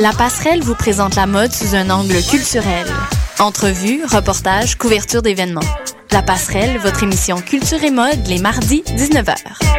La Passerelle vous présente la mode sous un angle culturel. Entrevues, reportages, couverture d'événements. La Passerelle, votre émission culture et mode, les mardis, 19h.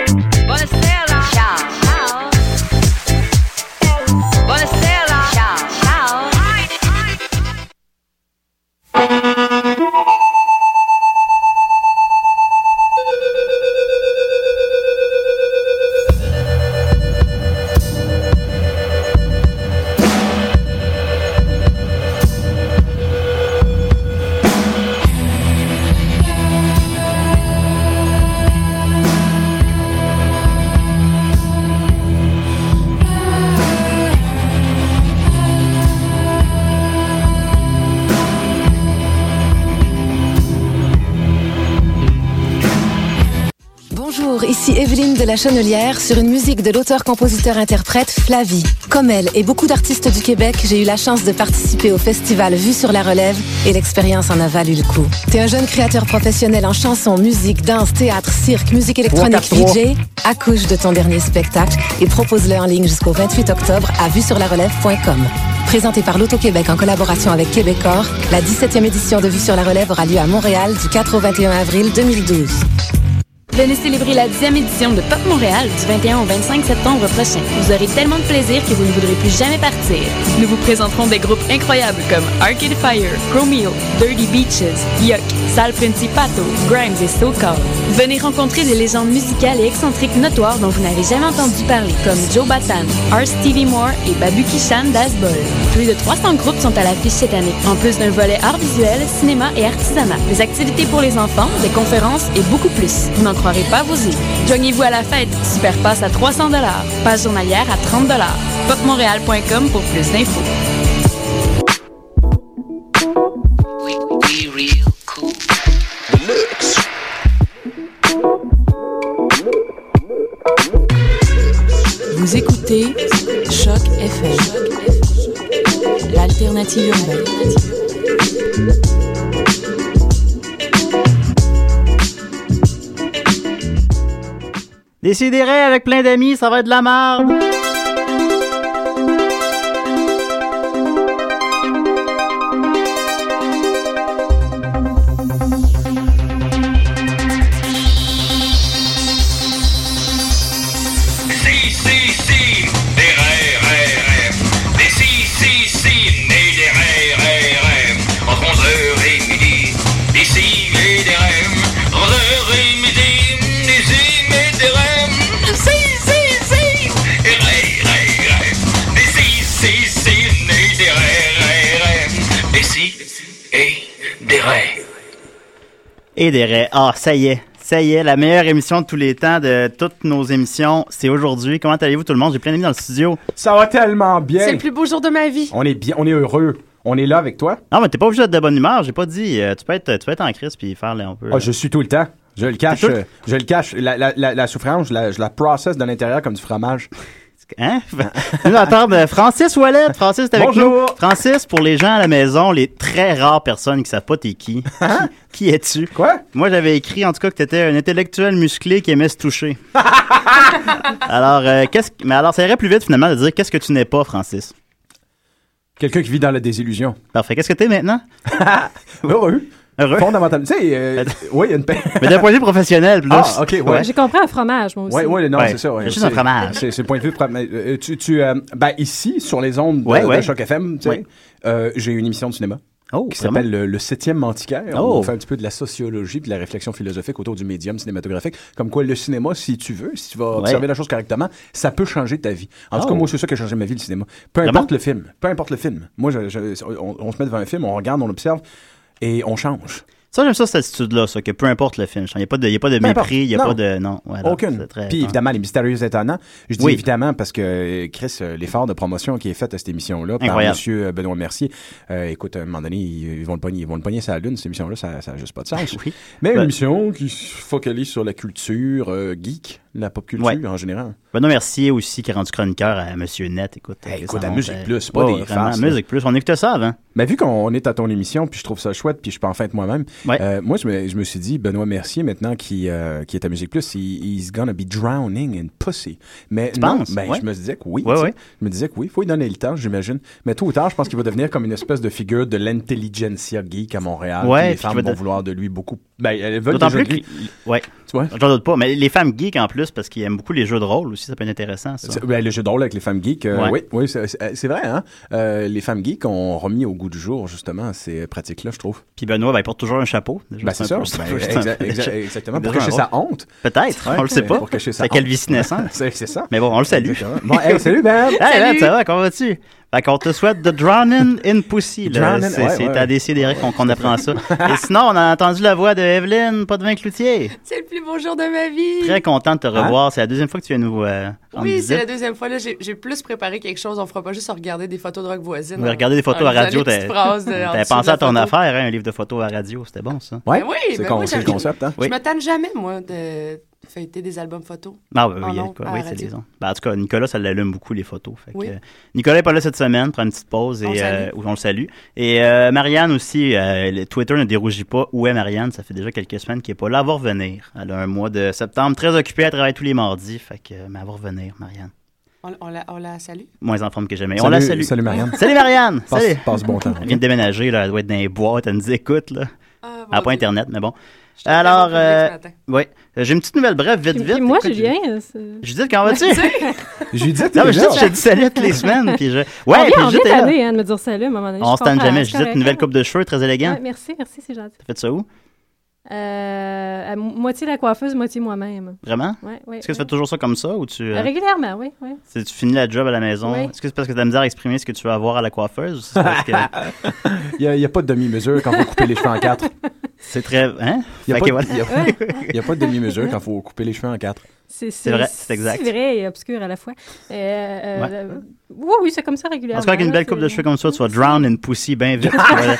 Ici Evelyne de la Chenelière sur une musique de l'auteur-compositeur-interprète Flavie. Comme elle et beaucoup d'artistes du Québec, j'ai eu la chance de participer au festival Vue sur la relève et l'expérience en a valu le coup. T'es un jeune créateur professionnel en chanson, musique, danse, théâtre, cirque, musique électronique, DJ. Accouche de ton dernier spectacle et propose-le en ligne jusqu'au 28 octobre à vuesurlarelève.com. Présenté par l'Auto-Québec en collaboration avec Québecor, la 17e édition de Vue sur la relève aura lieu à Montréal du 4 au 21 avril 2012. Venez célébrer la 10e édition de Pop Montréal du 21 au 25 septembre prochain. Vous aurez tellement de plaisir que vous ne voudrez plus jamais partir. Nous vous présenterons des groupes incroyables comme Arcade Fire, Chromeo, Dirty Beaches, Yuck, Sal Principato, Grimes et SoCal. Venez rencontrer des légendes musicales et excentriques notoires dont vous n'avez jamais entendu parler, comme Joe Batan, R. Stevie Moore et Babu Kishan d'Asbol. Plus de 300 groupes sont à l'affiche cette année, en plus d'un volet art visuel, cinéma et artisanat, des activités pour les enfants, des conférences et beaucoup plus. Vous n'en croirez pas vos yeux. Joignez-vous à la fête. Super passe à 300 $. Passe journalière à 30 $. popmontréal.com pour plus d'infos. Vous écoutez Choc FM, l'alternative urbaine. Décidérez avec plein d'amis, ça va être de la merde. Et des raies. Ah, ça y est, la meilleure émission de tous les temps de toutes nos émissions, c'est aujourd'hui. Comment allez-vous tout le monde? J'ai plein d'amis dans le studio. Ça va tellement bien. C'est le plus beau jour de ma vie. On est bien, on est heureux. On est là avec toi. Non, mais t'es pas obligé d'être de bonne humeur. J'ai pas dit. Tu peux être en crise puis faire un peu. Ah, je suis tout le temps. Je le cache. La souffrance, je la processe de l'intérieur comme du fromage. Hein? Nous attendons Francis Ouellette. Francis est avec Bonjour. nous. Francis, pour les gens à la maison, les très rares personnes qui savent pas t'es qui. Qui es-tu? Quoi? Moi, j'avais écrit, en tout cas, que t'étais un intellectuel musclé qui aimait se toucher. Alors, ça irait plus vite, finalement, de dire qu'est-ce que tu n'es pas, Francis? Quelqu'un qui vit dans la désillusion. Parfait. Qu'est-ce que t'es maintenant? Heureux. Fondamentalement. Tu sais, oui, il y a une mais d'un point de vue professionnel, plus. Ah, OK, ouais. J'ai compris un fromage, moi aussi. Oui, non, c'est ça. Ouais. C'est juste un fromage. C'est le point de vue. Ici, sur les ondes de Choc FM, tu sais, j'ai une émission de cinéma. Qui s'appelle le 7e Antiquaire. On fait un petit peu de la sociologie et de la réflexion philosophique autour du médium cinématographique. Comme quoi, le cinéma, si tu vas observer la chose correctement, ça peut changer ta vie. En tout cas, moi, c'est ça qui a changé ma vie, le cinéma. Peu importe le film. Moi, on se met devant un film, on regarde, on observe et on change. Ça, j'aime ça, cette attitude-là, ça, que peu importe le film. Il n'y a pas de mépris, il n'y a pas de... Non. Voilà, aucune. Puis évidemment, les mystérieux étonnants. Je dis évidemment parce que, Chris, l'effort de promotion qui est fait à cette émission-là par M. Benoît Mercier, écoute, à un moment donné, ils vont le pogner sur la lune, cette émission-là, ça n'a juste pas de sens. Mais une émission qui se focalise sur la culture geek la pop culture en général. Benoît Mercier aussi, qui est rendu chroniqueur à Monsieur Net. Écoute, à Musique Plus, pas des farces. Musique Plus, on écoutait ça avant. Mais vu qu'on est à ton émission, puis je trouve ça chouette, puis je peux en faire moi-même, moi, je me suis dit, Benoît Mercier, maintenant, qui est à Musique Plus, he's gonna be drowning in pussy. Mais tu penses? Je me disais que oui. Je me disais que oui, il faut lui donner le temps, j'imagine. Mais tôt ou tard, je pense qu'il va devenir comme une espèce de figure de l'intelligentsia geek à Montréal. Ouais, les femmes vont vouloir de lui beaucoup. Elles veulent d'autant déjà plus de lui. Tu vois? J'en doute pas. Mais les femmes geeks en plus, parce qu'ils aiment beaucoup les jeux de rôle aussi, ça peut être intéressant, ça. Les jeux de rôle avec les femmes geeks, oui, c'est vrai, hein? Les femmes geeks ont remis au goût du jour, justement, ces pratiques-là, je trouve. Puis Benoît, il porte toujours un chapeau. C'est ça. Exactement. Pour cacher sa honte. Peut-être, on le sait pas. Pour cacher sa honte. Sa calvitie naissante. C'est ça. Mais bon, on le salue. Bon, salut, Ben! Hey, Ben, ça va, comment vas-tu? Fait qu'on te souhaite The Drowning in Pussy. C'est à décider qu'on apprend ça. Et sinon, on a entendu la voix de Evelyne Potvin-Cloutier. C'est le plus beau jour de ma vie. Très content de te revoir. C'est la deuxième fois que tu viens nous oui, c'est la deuxième fois. Là, j'ai plus préparé quelque chose. On fera pas juste regarder des photos de rock voisine. On va regarder des photos à radio. T'avais pensé à ton affaire, un livre de photos à radio. C'était bon, ça. Oui, c'est le concept. Hein? Je me tanne jamais, moi, de feuilleter des albums photos. Ah oui, c'est les ans. En tout cas, Nicolas, ça l'allume beaucoup, les photos. Nicolas n'est pas là cette semaine, prend une petite pause et on le salue. Et Marianne aussi, Twitter ne dérougit pas. Où est Marianne? Ça fait déjà quelques semaines qu'elle n'est pas là. Elle va revenir. Elle a un mois de septembre très occupé, elle travaille tous les mardis. Mais elle va revenir, Marianne. On la salue? Moins en forme que jamais. On la salue. Salut Marianne. Salut Marianne! Passe bon temps. Elle vient de déménager, là, elle doit être dans les boîtes, elle nous écoute. Là. Elle n'a pas Internet, mais bon. Alors, j'ai une petite nouvelle brève, vite. Puis moi, Julien... Judith, comment vas-tu? Judith, je te dis salut toutes les semaines. Puis on vient de me dire salut à un moment donné. On se tente jamais. Judith, une nouvelle coupe de cheveux, très élégante. Merci, c'est gentil. T'as fait ça où? À moitié la coiffeuse, moitié moi-même. Vraiment? Oui. Est-ce que tu fais toujours ça comme ça ou tu... Régulièrement, oui. Tu finis la job à la maison. Oui. Est-ce que c'est parce que tu as misère à exprimer ce que tu veux avoir à la coiffeuse ou c'est parce que... Il n'y a pas de demi-mesure quand il faut couper les cheveux en 4. C'est très... Hein? Il n'y a pas de demi-mesure quand il faut couper les cheveux en 4. C'est vrai, c'est exact. C'est vrai et obscur à la fois. Oui, c'est comme ça régulièrement. En tout cas, avec une belle coupe de cheveux comme ça, tu vas drown in pussy bien vite.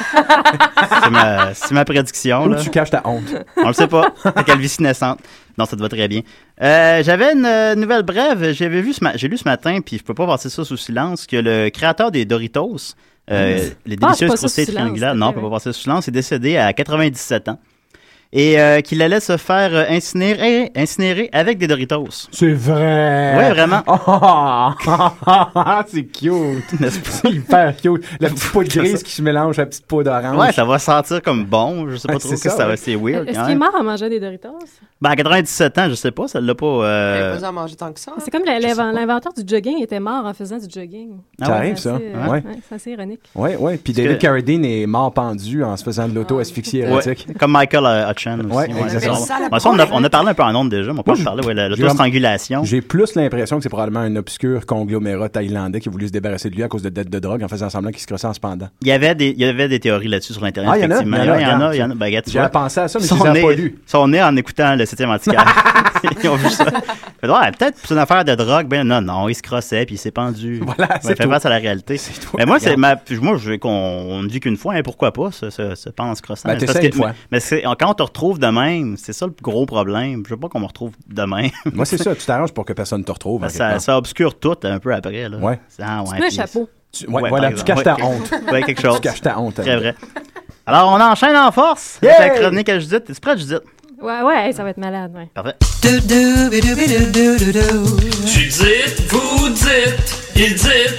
C'est ma prédiction. Ou tu caches ta honte. On le sait pas. Ta calvitie naissante. Non, ça te va très bien. J'avais une nouvelle brève. J'ai lu ce matin, puis je peux pas passer ça sous silence, que le créateur des Doritos, les délicieuses croustilles triangulaires, non, on peut pas passer sous silence, est décédé à 97 ans. Et qu'il allait se faire incinérer avec des Doritos. C'est vrai! Oui, vraiment. C'est cute! C'est hyper cute. La petite peau de grise qui se mélange à la petite peau d'orange. Ouais, ça va sentir comme bon. Je sais pas trop que ça va. C'est weird. Est-ce qu'il est mort en mangeant des Doritos? À 97 ans, je sais pas, ça l'a pas... Il n'a pas en manger tant que ça. C'est comme l'inventeur du jogging était mort en faisant du jogging. Ça arrive, ça. C'est assez ironique. Oui. Puis David Carradine est mort pendu en se faisant de l'auto-asphyxie érotique. Comme Michael Hutchins aussi. Exactement. On a parlé un peu en ondes déjà, mais on peut en parler, l'autostrangulation. J'ai plus l'impression que c'est probablement un obscur conglomérat thaïlandais qui a voulu se débarrasser de lui à cause de dettes de drogue en faisant semblant qu'il se crossait en se pendant. Il y avait des théories là-dessus sur Internet, effectivement. Il y en a. J'ai pensé à ça, mais je ne les ai pas lues. Ils sont nés en écoutant le 7e antiquaire. Ils ont vu ça. Peut-être c'est une affaire de drogue. Ben non, il se crossait puis il s'est pendu. Voilà, c'est fait face à la réalité. Mais moi, je qu'on ne dit qu'une fois, pourquoi pas se pendre en se crossant. Mais quand on te retrouve de même, c'est ça le gros problème. Je veux pas qu'on me retrouve de même. Moi, c'est ça. Tu t'arranges pour que personne ne te retrouve. Ça obscure tout un peu après. Là. Ouais. Tu mets un chapeau. Voilà, tu caches ta honte. Oui, quelque chose. Tu caches ta honte. Très vrai. Alors, on enchaîne en force avec la chronique à Judith. Es-tu prête, Judith? Ouais, ça va être malade, ouais. Parfait. Judith, vous dites, il dit.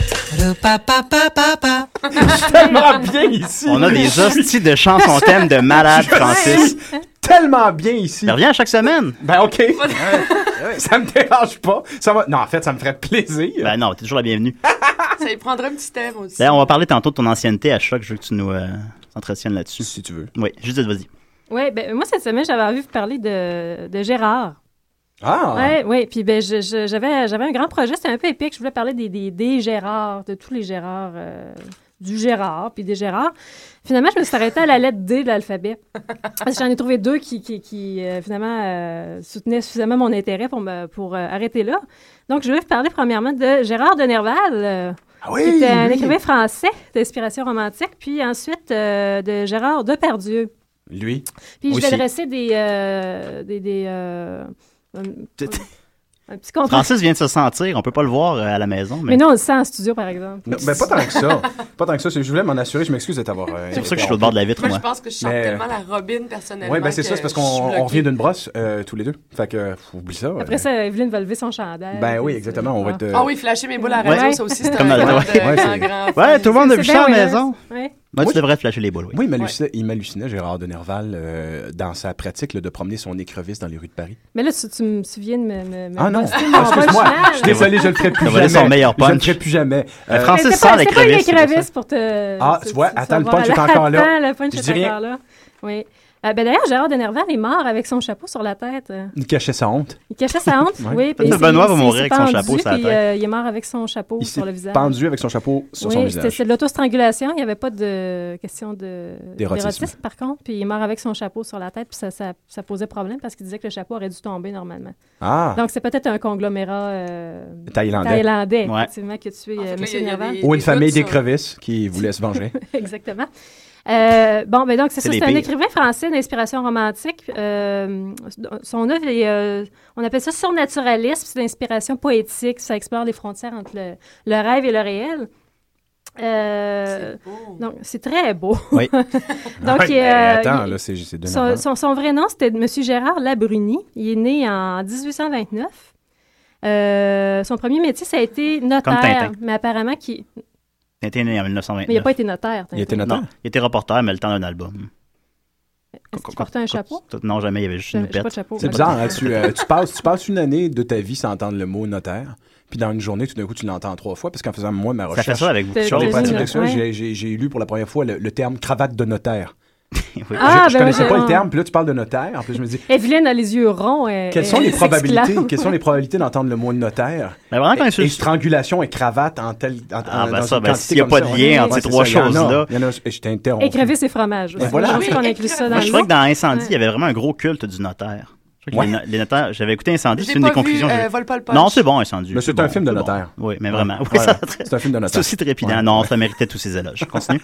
C'est tellement bien ici. On a des hosties de chansons thèmes de malade, Francis. Tellement bien ici. Ça revient chaque semaine. Ben, OK. Ça me dérange pas. Non, en fait, ça me ferait plaisir. Ben non, t'es toujours la bienvenue. Ça y prendra un petit thème aussi. D'ailleurs, on va parler tantôt de ton ancienneté à Choc. Je veux que tu nous entretiennes là-dessus. Si tu veux. Oui, Judith, vas-y. Oui, ben moi, cette semaine, j'avais envie de parler de Gérard. Ah! Oui, puis ben, j'avais un grand projet, c'était un peu épique. Je voulais parler des Gérards, de tous les Gérards, du Gérard, puis des Gérards. Finalement, je me suis arrêtée à la lettre D de l'alphabet. Parce que j'en ai trouvé deux qui finalement, soutenaient suffisamment mon intérêt pour arrêter là. Donc, je voulais vous parler premièrement de Gérard de Nerval, qui était un écrivain français d'inspiration romantique, puis ensuite de Gérard Depardieu. Lui. Puis aussi. je vais dresser des Un petit contraste. Francis vient de se sentir, on peut pas le voir à la maison. Mais nous, on le sent en studio, par exemple. Non, ben, pas tant que ça. Pas tant que ça. Je voulais m'en assurer, je m'excuse de t'avoir... c'est pour ça que je suis au bord de la vitre, moi. Je pense que je chante tellement la Robin, personnellement. Oui, ben c'est ça, c'est parce qu'on revient d'une brosse tous les deux. Fait que, oublie ça. Après ça, Evelyne va lever son chandail. Ben oui, exactement. On va être... Ah oui, flasher mes boules à la radio, ça aussi, c'est comme un grand... Ouais, tout le monde a vu ça à la maison. Moi, tu devrais flasher les boules, oui. Oui, il m'hallucinait, Gérard de Nerval, dans sa pratique de promener son écrevisse dans les rues de Paris. Mais là, tu me souviens de me ah non, excuse-moi. Je suis désolé, je le ferai plus jamais. Son meilleur punch. Je le ferai plus jamais. Francis sort l'écrevisse. C'est pas une écrevisse pour te... Ah, tu vois, attends, le punch est encore là. Le punch est encore là. Oui. D'ailleurs, Gérard de Nerval est mort avec son chapeau sur la tête. Il cachait sa honte. Oui. Benoît va mourir avec son chapeau sur la tête. Il est mort avec son chapeau sur le visage. Pendu avec son chapeau sur son visage. C'est de l'autostrangulation. Il n'y avait pas de question d'érotisme, par contre. Puis il est mort avec son chapeau sur la tête. Puis ça posait problème parce qu'il disait que le chapeau aurait dû tomber normalement. Ah. Donc, c'est peut-être un conglomérat thaïlandais, effectivement, qui a tué M. Nerval. Ou une famille d'écrevisses qui voulait se venger. Exactement. Donc c'est ça, c'est un écrivain français d'inspiration romantique. Son œuvre est, on appelle ça surnaturalisme, c'est d'inspiration poétique, ça explore les frontières entre le rêve et le réel. C'est beau. Donc, c'est très beau. Oui. Donc, attends, là, c'est son vrai nom, c'était M. Gérard Labruni. Il est né en 1829. Son premier métier, ça a été notaire, mais apparemment Il était né en 1929. Mais il n'a pas été notaire. Il était notaire? Non, il était reporter, mais le temps d'un album. Est-ce qu'il portait un chapeau? Non, jamais, il y avait juste une pète. C'est bizarre, hein? tu passes une année de ta vie sans entendre le mot notaire, puis dans une journée, tout d'un coup, tu l'entends 3 fois, parce qu'en faisant moi ma recherche... Ça fait ça avec beaucoup de choses. J'ai lu pour la première fois le terme cravate de notaire. Oui. Je connaissais pas le terme, puis là, tu parles de notaire. En plus, je me dis... Evelyne a les yeux ronds. Quelles sont les probabilités d'entendre le mot notaire? Et strangulation et cravate en telle... s'il n'y a pas de lien entre ces 3 choses-là... Je t'ai interrompu. Écrévisses et fromage. Voilà. Je pense qu'on inclut ça dans je crois que dans Incendie, il y avait vraiment un gros culte du notaire. Les notaires, j'avais écouté Incendie, c'est une des conclusions. Non, c'est bon, Incendie. Mais c'est un film de notaire. Oui, mais vraiment. C'est un film de notaire. C'est aussi trépidant. Non, ça méritait tous ces éloges. Continue.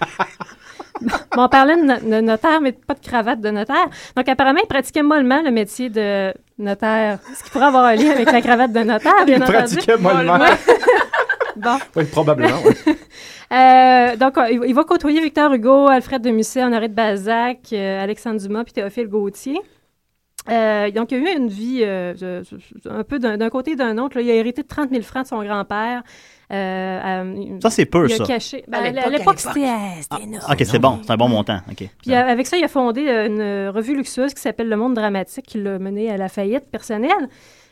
On parlait de notaire, mais pas de cravate de notaire. Donc, apparemment, il pratiquait mollement le métier de notaire. Ce qui pourrait avoir un lien avec la cravate de notaire, bien entendu. Il pratiquait mollement. Bon. Oui, probablement, oui. Donc, il va côtoyer Victor Hugo, Alfred de Musset, Honoré de Balzac, Alexandre Dumas puis Théophile Gautier. Donc, il a eu une vie un peu d'un côté et d'un autre. Là. Il a hérité de 30 000 francs de son grand-père. Ça, c'est peu, ça. Il a caché. À l'époque, c'était énorme. OK, c'est bon. C'est un bon montant. Okay. Puis avec ça, il a fondé une revue luxueuse qui s'appelle Le Monde dramatique, qui l'a mené à la faillite personnelle.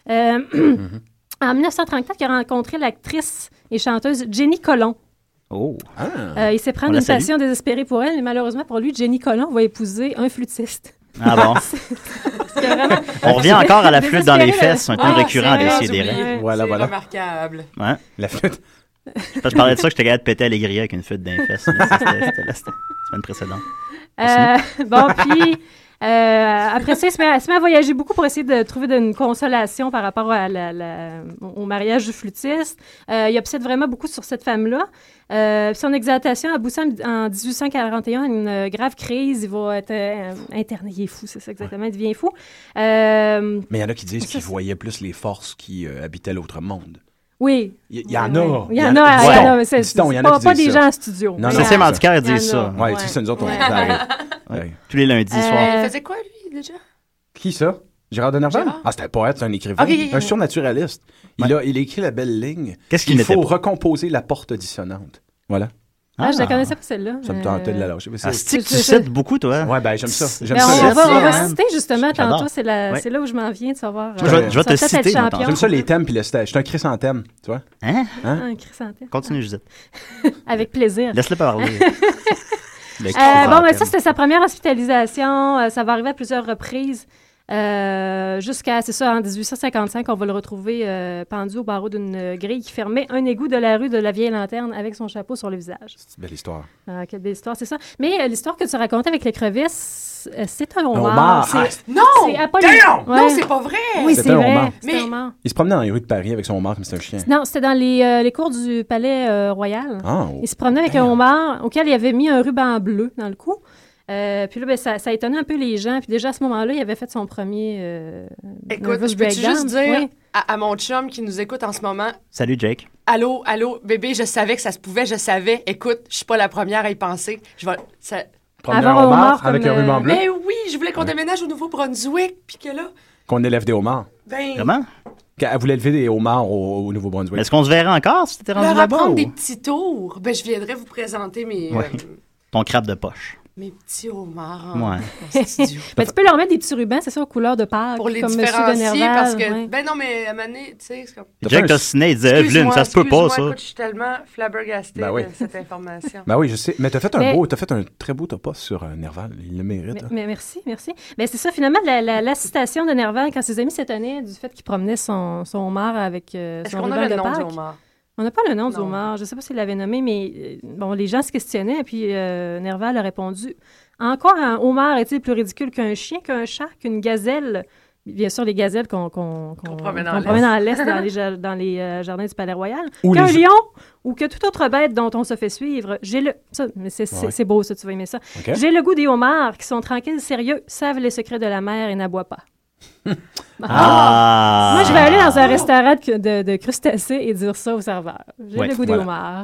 En 1934, il a rencontré l'actrice et chanteuse Jenny Colomb. Oh! Il s'est pris une passion désespérée pour elle, mais malheureusement pour lui, Jenny Colomb va épouser un flûtiste. Ah bon? On revient encore à la flûte dans les fesses, c'est un thème récurrent des Sidérés. Voilà. C'est remarquable. Ouais. La flûte. Je parlais de ça que j'étais capable de péter à l'égria avec une flûte dans les fesses. C'était la semaine précédente. Puis... après ça, il se met à voyager beaucoup pour essayer de trouver une consolation par rapport au mariage du flûtiste. Il obsède vraiment beaucoup sur cette femme-là. Son exaltation aboutit en 1841 à une grave crise. Il va être interné. Il est fou, c'est ça exactement. Il devient fou. Mais il y en a qui disent qu'il voyait plus les forces qui habitaient l'autre monde. Oui. Il y en a. Il y en a, mais c'est pas des gens en studio. Non, c'est Mandicaire qui dit ça. Oui, c'est nous autres, tous les lundis soirs. Il faisait quoi, lui, déjà? Qui, ça? Gérard de Nerval? Ah, c'est un poète, c'est un écrivain. Un surnaturaliste. Il a écrit la belle ligne. Qu'est-ce qu'il faut recomposer la porte dissonante. Voilà. Je la connaissais pas, celle-là. Ça me tentait de la lâcher. Tu cites beaucoup, toi. Ouais, ben j'aime ça. On va citer justement tantôt. C'est là où je m'en viens de savoir. Je vais te citer. J'aime ça, les thèmes puis le stage. Je suis un chrysanthème, tu vois. Un chrysanthème. Continue, Judith. Avec plaisir. Laisse-le parler. Ça, c'était sa première hospitalisation. Ça va arriver à plusieurs reprises. Jusqu'à, c'est ça, en 1855, on va le retrouver pendu au barreau d'une grille qui fermait un égout de la rue de la Vieille Lanterne avec son chapeau sur le visage. C'est une belle histoire. Quelle belle histoire, c'est ça. Mais l'histoire que tu racontais avec l'écrevisse, c'est un homard. Non! Non, c'est pas vrai! Oui, c'est vrai. Mais... Il se promenait dans les rues de Paris avec son homard comme c'était un chien. Non, c'était dans les cours du Palais Royal. Oh, il se promenait avec un homard auquel il avait mis un ruban bleu dans le cou. Puis là, ben, ça a étonné un peu les gens. Puis déjà, à ce moment-là, il avait fait son premier Écoute, je peux-tu juste dire à mon chum qui nous écoute en ce moment... Salut, Jake. Allô, bébé, je savais que ça se pouvait, je savais. Écoute, je suis pas la première à y penser. Je vais... Prendre un homard avec un ruban bleu. Mais oui, je voulais qu'on déménage au Nouveau-Brunswick, puis que là... Qu'on élève des homards. Ben... Comment? Elle voulait élever des homards au Nouveau-Brunswick. Est-ce qu'on se verrait encore si t'étais rendu leur là-bas? Apprendre des petits tours. Ben, je viendrais vous présenter mes... Ton crabe de poche. Mes petits homards. Ouais. Ben, tu peux leur mettre des petits rubans, c'est ça, aux couleurs de Pâques. Pour les comme différencier, parce que... Ben non, mais à un moment donné, tu sais, c'est comme... Jack Tossinet, il disait, Evelyne, ça se peut pas, ça. Écoute, je suis tellement flabbergastée de cette information. Ben oui, je sais. Mais t'as fait un très beau topo sur Nerval. Il le mérite. Mais merci. Ben c'est ça, finalement, la citation de Nerval, quand ses amis s'étonnaient du fait qu'il promenait son homard avec son ruban de Pâques. On n'a pas le nom du homard. Je ne sais pas s'il l'avait nommé, mais bon, les gens se questionnaient. Puis Nerval a répondu « En quoi un homard est-il plus ridicule qu'un chien, qu'un chat, qu'une gazelle? » Bien sûr, les gazelles qu'on promène dans l'Est, dans les jardins du Palais-Royal. Qu'un lion ou que toute autre bête dont on se fait suivre. C'est beau, ça, tu vas aimer ça. Okay. J'ai le goût des homards qui sont tranquilles, sérieux, savent les secrets de la mer et n'aboient pas. Moi, je vais aller dans un restaurant de crustacés et dire ça au serveur. J'ai le goût des homards.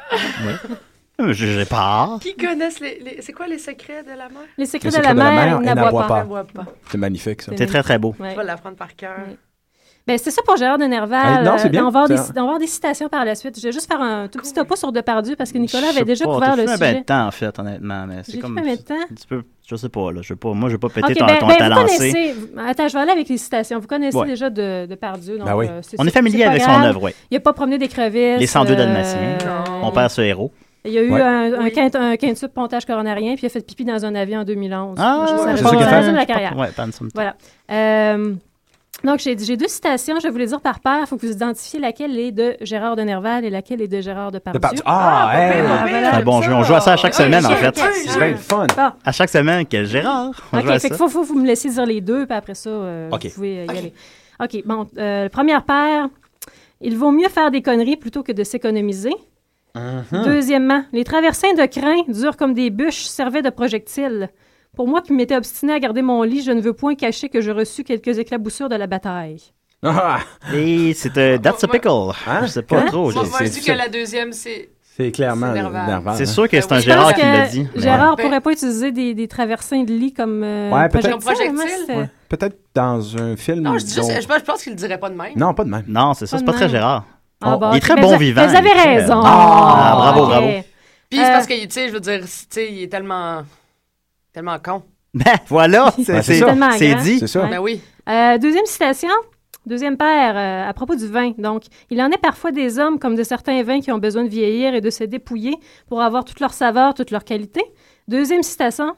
J'ai pas. Qui connaissent c'est quoi les secrets de la mer? Les secrets de la mer n'aboient pas. C'est magnifique, ça. C'est très, très beau. Je vais l'apprendre par cœur. Ben, c'est ça pour Gérard de Nerval. Non, c'est bien. On va avoir des citations par la suite. Je vais juste faire un tout petit topo sur Depardieu parce que Nicolas avait déjà couvert le sujet. J'ai fait un de temps, en fait, honnêtement. Mais c'est comme. J'ai fait un de temps? Je sais pas, là. Moi, je vais pas péter ton talent. Attends, je vais aller avec les citations. Vous connaissez déjà Depardieu. Donc, oui. On est familier avec son œuvre, oui. Il n'a pas promené des crevisses. Les 102 Dalmatiens. On perd ce héros. Il y a eu un quintuple pontage coronarien, puis il a fait pipi dans un avion en 2011. Ça résume la carrière. Ouais, pas une somme. Voilà. Donc, j'ai deux citations. Je vais vous les dire par paire. Il faut que vous identifiez laquelle est de Gérard de Nerval et laquelle est de Gérard Depardieu. C'est un bon jeu. On joue à ça à chaque semaine, en fait. C'est bien fun. À chaque semaine, quel Gérard? OK, fait qu'il faut vous me laisser dire les deux, puis après ça, vous pouvez y aller. OK, bon. Première paire. Il vaut mieux faire des conneries plutôt que de s'économiser. Deuxièmement, les traversins de crin, durs comme des bûches, servaient de projectiles. Pour moi qui m'étais obstiné à garder mon lit, je ne veux point cacher que j'ai reçu quelques éclaboussures de la bataille. Et c'est That's a Pickle. Je sais pas trop. Moi, je dis que la deuxième, c'est clairement Nerval. C'est sûr que c'est un Gérard qui l'a dit. Gérard pourrait pas utiliser des traversins de lit comme projectile. Peut-être dans un film. Non, je pense qu'il le dirait pas de même. Non, pas de même. Non, c'est ça. C'est pas très Gérard. Il est très bon vivant. Vous avez raison. Bravo. Puis c'est parce que, tu sais, je veux dire, il est tellement con. Ben, voilà, c'est dit. C'est ça. Ben oui. Deuxième citation, deuxième paire, à propos du vin. Donc, il en est parfois des hommes comme de certains vins qui ont besoin de vieillir et de se dépouiller pour avoir toute leur saveur, toute leur qualité. Deuxième citation.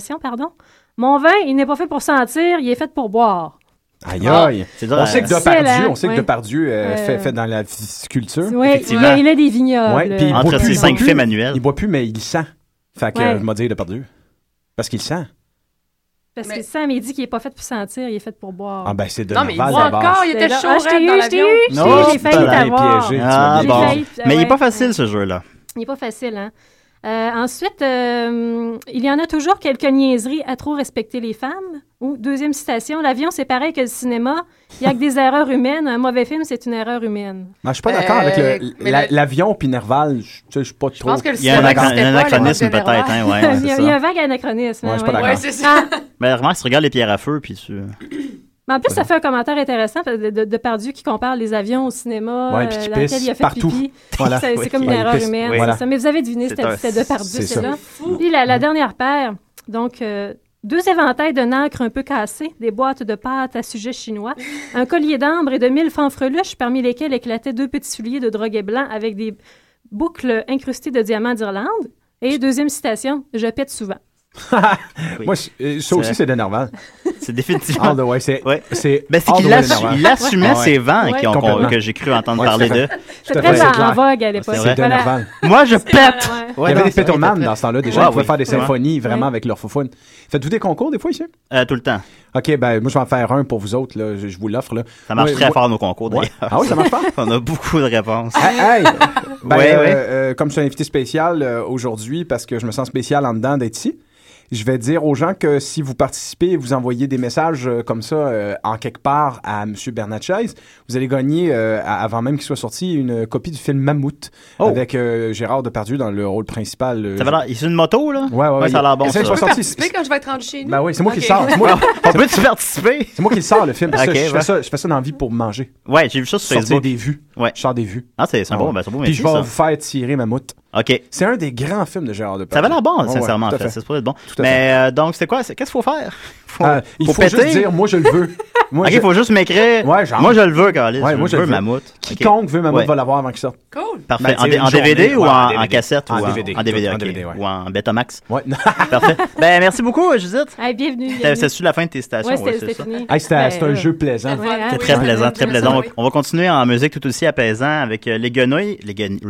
Mon vin, il n'est pas fait pour sentir, il est fait pour boire. Aïe! On sait que Depardieu fait dans la viticulture. Oui, il a des vignobles. Puis entre ses 5 faits manuels. Il boit plus, mais il sent. Fait que je m'a dit Depardieu. Parce qu'il sent. Parce qu'il sent, mais il dit qu'il n'est pas fait pour sentir, il est fait pour boire. Ah ben c'est de Nerval. Non, mais il boit encore, il était chaud dans l'avion. J'ai failli t'avoir. Mais il n'est pas facile, ce jeu-là. Il n'est pas facile, hein. Ensuite, il y en a toujours quelques niaiseries à trop respecter les femmes. Ou, deuxième citation, l'avion, c'est pareil que le cinéma. Il n'y a que des erreurs humaines. Un mauvais film, c'est une erreur humaine. Je suis pas d'accord avec l'avion puis Nerval. Je suis pas trop... Je pense que il y a un anachronisme peut-être. Il y a un vague anachronisme. Je suis pas d'accord. Oui, c'est ça. Mais remarque, si tu regardes les pierres à feu, puis tu... Mais en plus, ça fait un commentaire intéressant de Depardieu qui compare les avions au cinéma dans lequel il a fait partout. Pipi. Voilà. C'est comme une erreur humaine. Voilà. Ça. Mais vous avez deviné, c'était Depardieu, c'est là. Puis la dernière paire, donc 2 éventails de nacre un peu cassés, des boîtes de pâtes à sujet chinois, un collier d'ambre et de 1000 fanfreluches, parmi lesquels éclataient 2 petits souliers de droguet blanc avec des boucles incrustées de diamants d'Irlande. Et deuxième citation, je pète souvent. Moi, ça aussi, c'est de Nerval. C'est définitivement. C'est qu'il assumait ses vents que j'ai cru entendre parler d'eux. C'est très en vogue à l'époque. C'est de Nerval. Moi, je pète! Il y avait des pétomanes dans ce temps-là. Des gens qui pouvaient faire des symphonies vraiment avec leur foufoune. Faites-vous des concours des fois ici? Tout le temps. OK, ben moi, je vais en faire un pour vous autres. Là. Je vous l'offre. Là. Ça marche très fort, nos concours, d'ailleurs. Ah oui, ça marche fort? On a beaucoup de réponses. Comme je suis un invité spécial aujourd'hui, parce que je me sens spécial en dedans d'être ici, Je vais dire aux gens que si vous participez et vous envoyez des messages comme ça en quelque part à M. Bernatchez, vous allez gagner, avant même qu'il soit sorti, une copie du film Mammouth avec Gérard Depardieu dans le rôle principal. Ça va l'air... Il est sur une moto, là? Ouais, ça a l'air bon. Je peux participer quand je vais être rendu chez nous? Ben oui, c'est moi qui le sors. On peut-tu participer? C'est moi qui le sors, le film. Je fais ça dans la vie pour manger. Ouais, j'ai vu ça sur Facebook. Sortir des vues. Ouais. Je sors des vues. Ah, c'est un beau métier, Puis je vais vous faire tirer Mammouth. OK. C'est un des grands films de Gérard Depardieu. Ça va l'air bon, sincèrement, en fait. C'est supposé être bon. Mais donc, c'est quoi? Qu'est-ce qu'il faut faire? Il faut juste dire, moi, je le veux. Il faut juste m'écrire. Ouais, genre. Moi, je le veux, Carlis. Ouais, moi, je le veux. Mammouth. Quiconque veut Mammouth va l'avoir avant qu'il sorte. Cool. Parfait. En DVD ou en cassette? En DVD. En DVD, ou en Betamax? Ouais. Parfait. Ben, merci beaucoup, Judith. Bienvenue. C'est-tu la fin de tes stations? Ouais, c'était fini. C'est un jeu plaisant. C'était très plaisant, très plaisant. On va continuer en musique tout aussi apaisant avec Les Guenilles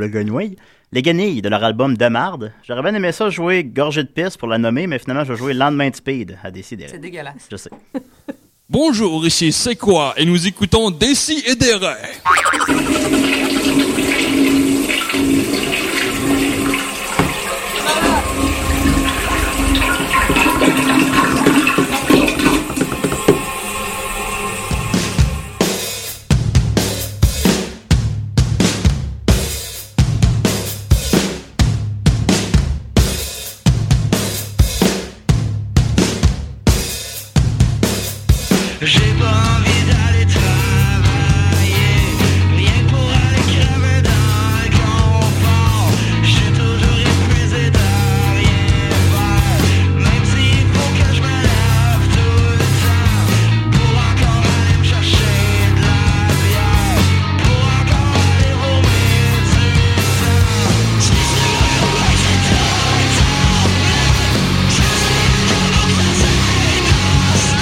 de leur album De Marde. J'aurais bien aimé ça jouer Gorgée de pisse pour la nommer, mais finalement, je vais jouer Lendemain de Speed à Décider. C'est dégueulasse. Je sais. Bonjour, ici C'est quoi? Et nous écoutons Décis et des J'ai pas envie d'aller travailler, rien que pour aller crever dans le confort. J'suis toujours épuisé de rien faire, même s'il faut que je me lève tout le temps, pour encore aller me chercher de la bière, pour encore aller vomir du sang. Si c'est vrai, c'est tout le temps, je sais comment ça s'est passé.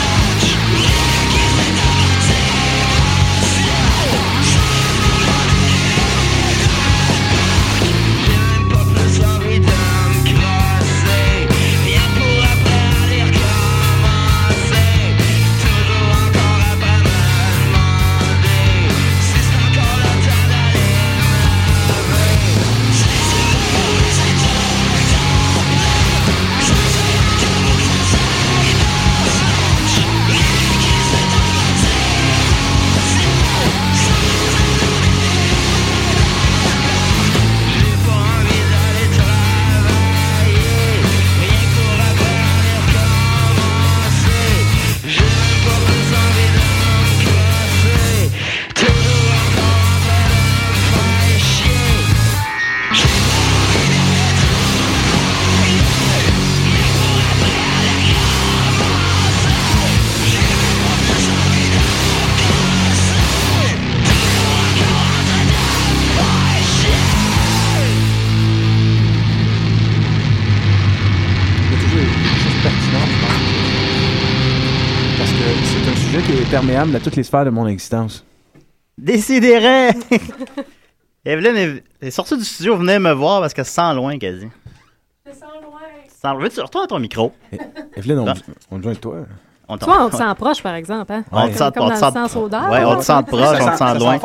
Perméable à toutes les sphères de mon existence. Décidérez! Evelyne est sortie du studio, venez me voir parce qu'elle se sent loin, quasi. Je sens loin. Veux-tu retourner à ton micro? Evelyne, on te joint de toi. Toi, on te sent proche, par exemple. Hein? On te sent comme dans le sens odeur. Ouais, on te sent proche, on te sent loin.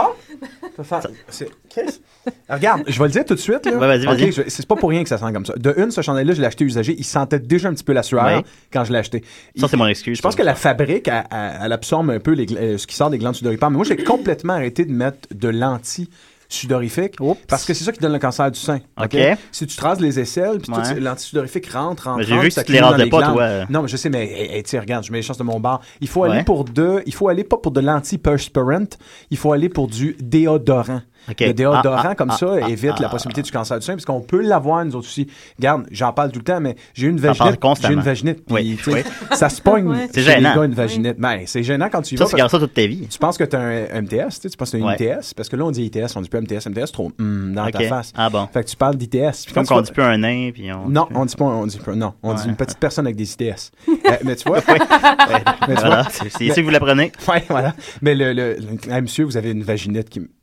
Regarde, je vais le dire tout de suite. Là. Ouais, vas-y. Okay, c'est pas pour rien que ça sent comme ça. De une, ce chandail-là, je l'ai acheté usagé. Il sentait déjà un petit peu la sueur quand je l'ai acheté. Ça, c'est mon excuse. Je pense que la fabrique, elle absorbe un peu ce qui sort des glandes sudoripares. Mais moi, j'ai complètement arrêté de mettre de l'anti-sudorifique parce que c'est ça qui donne le cancer du sein. Okay? Si tu traces les aisselles, puis l'anti-sudorifique rentre. Mais j'ai vu que tu les rendais pas, toi. Non, mais je sais, mais tiens, regarde, je mets les chances de mon bar. Il faut aller pas pour de l'antiperspirant, il faut aller pour du déodorant. Okay. Le déodorant comme ça évite la possibilité du cancer du sein, parce qu'on peut l'avoir nous autres aussi. Regarde, j'en parle tout le temps, mais j'ai une vaginite. Oui. Ça se pogne. C'est gênant. Les gars, une vaginite. Ben, c'est gênant quand tu y vas. Tu gardes ça toute ta vie. Tu penses que tu as un MTS, tu penses que tu as une ITS, parce que là, on dit ITS, on dit plus MTS trop dans ta face. Ah bon. Fait que tu parles d'ITS. Comme qu'on dit plus un nain, puis on... Non, on dit pas, on dit une petite personne avec des ITS. Mais tu vois... Voilà, c'est ici que vous l'apprenez. Oui, voilà. Mais monsieur, vous avez une vaginite qui...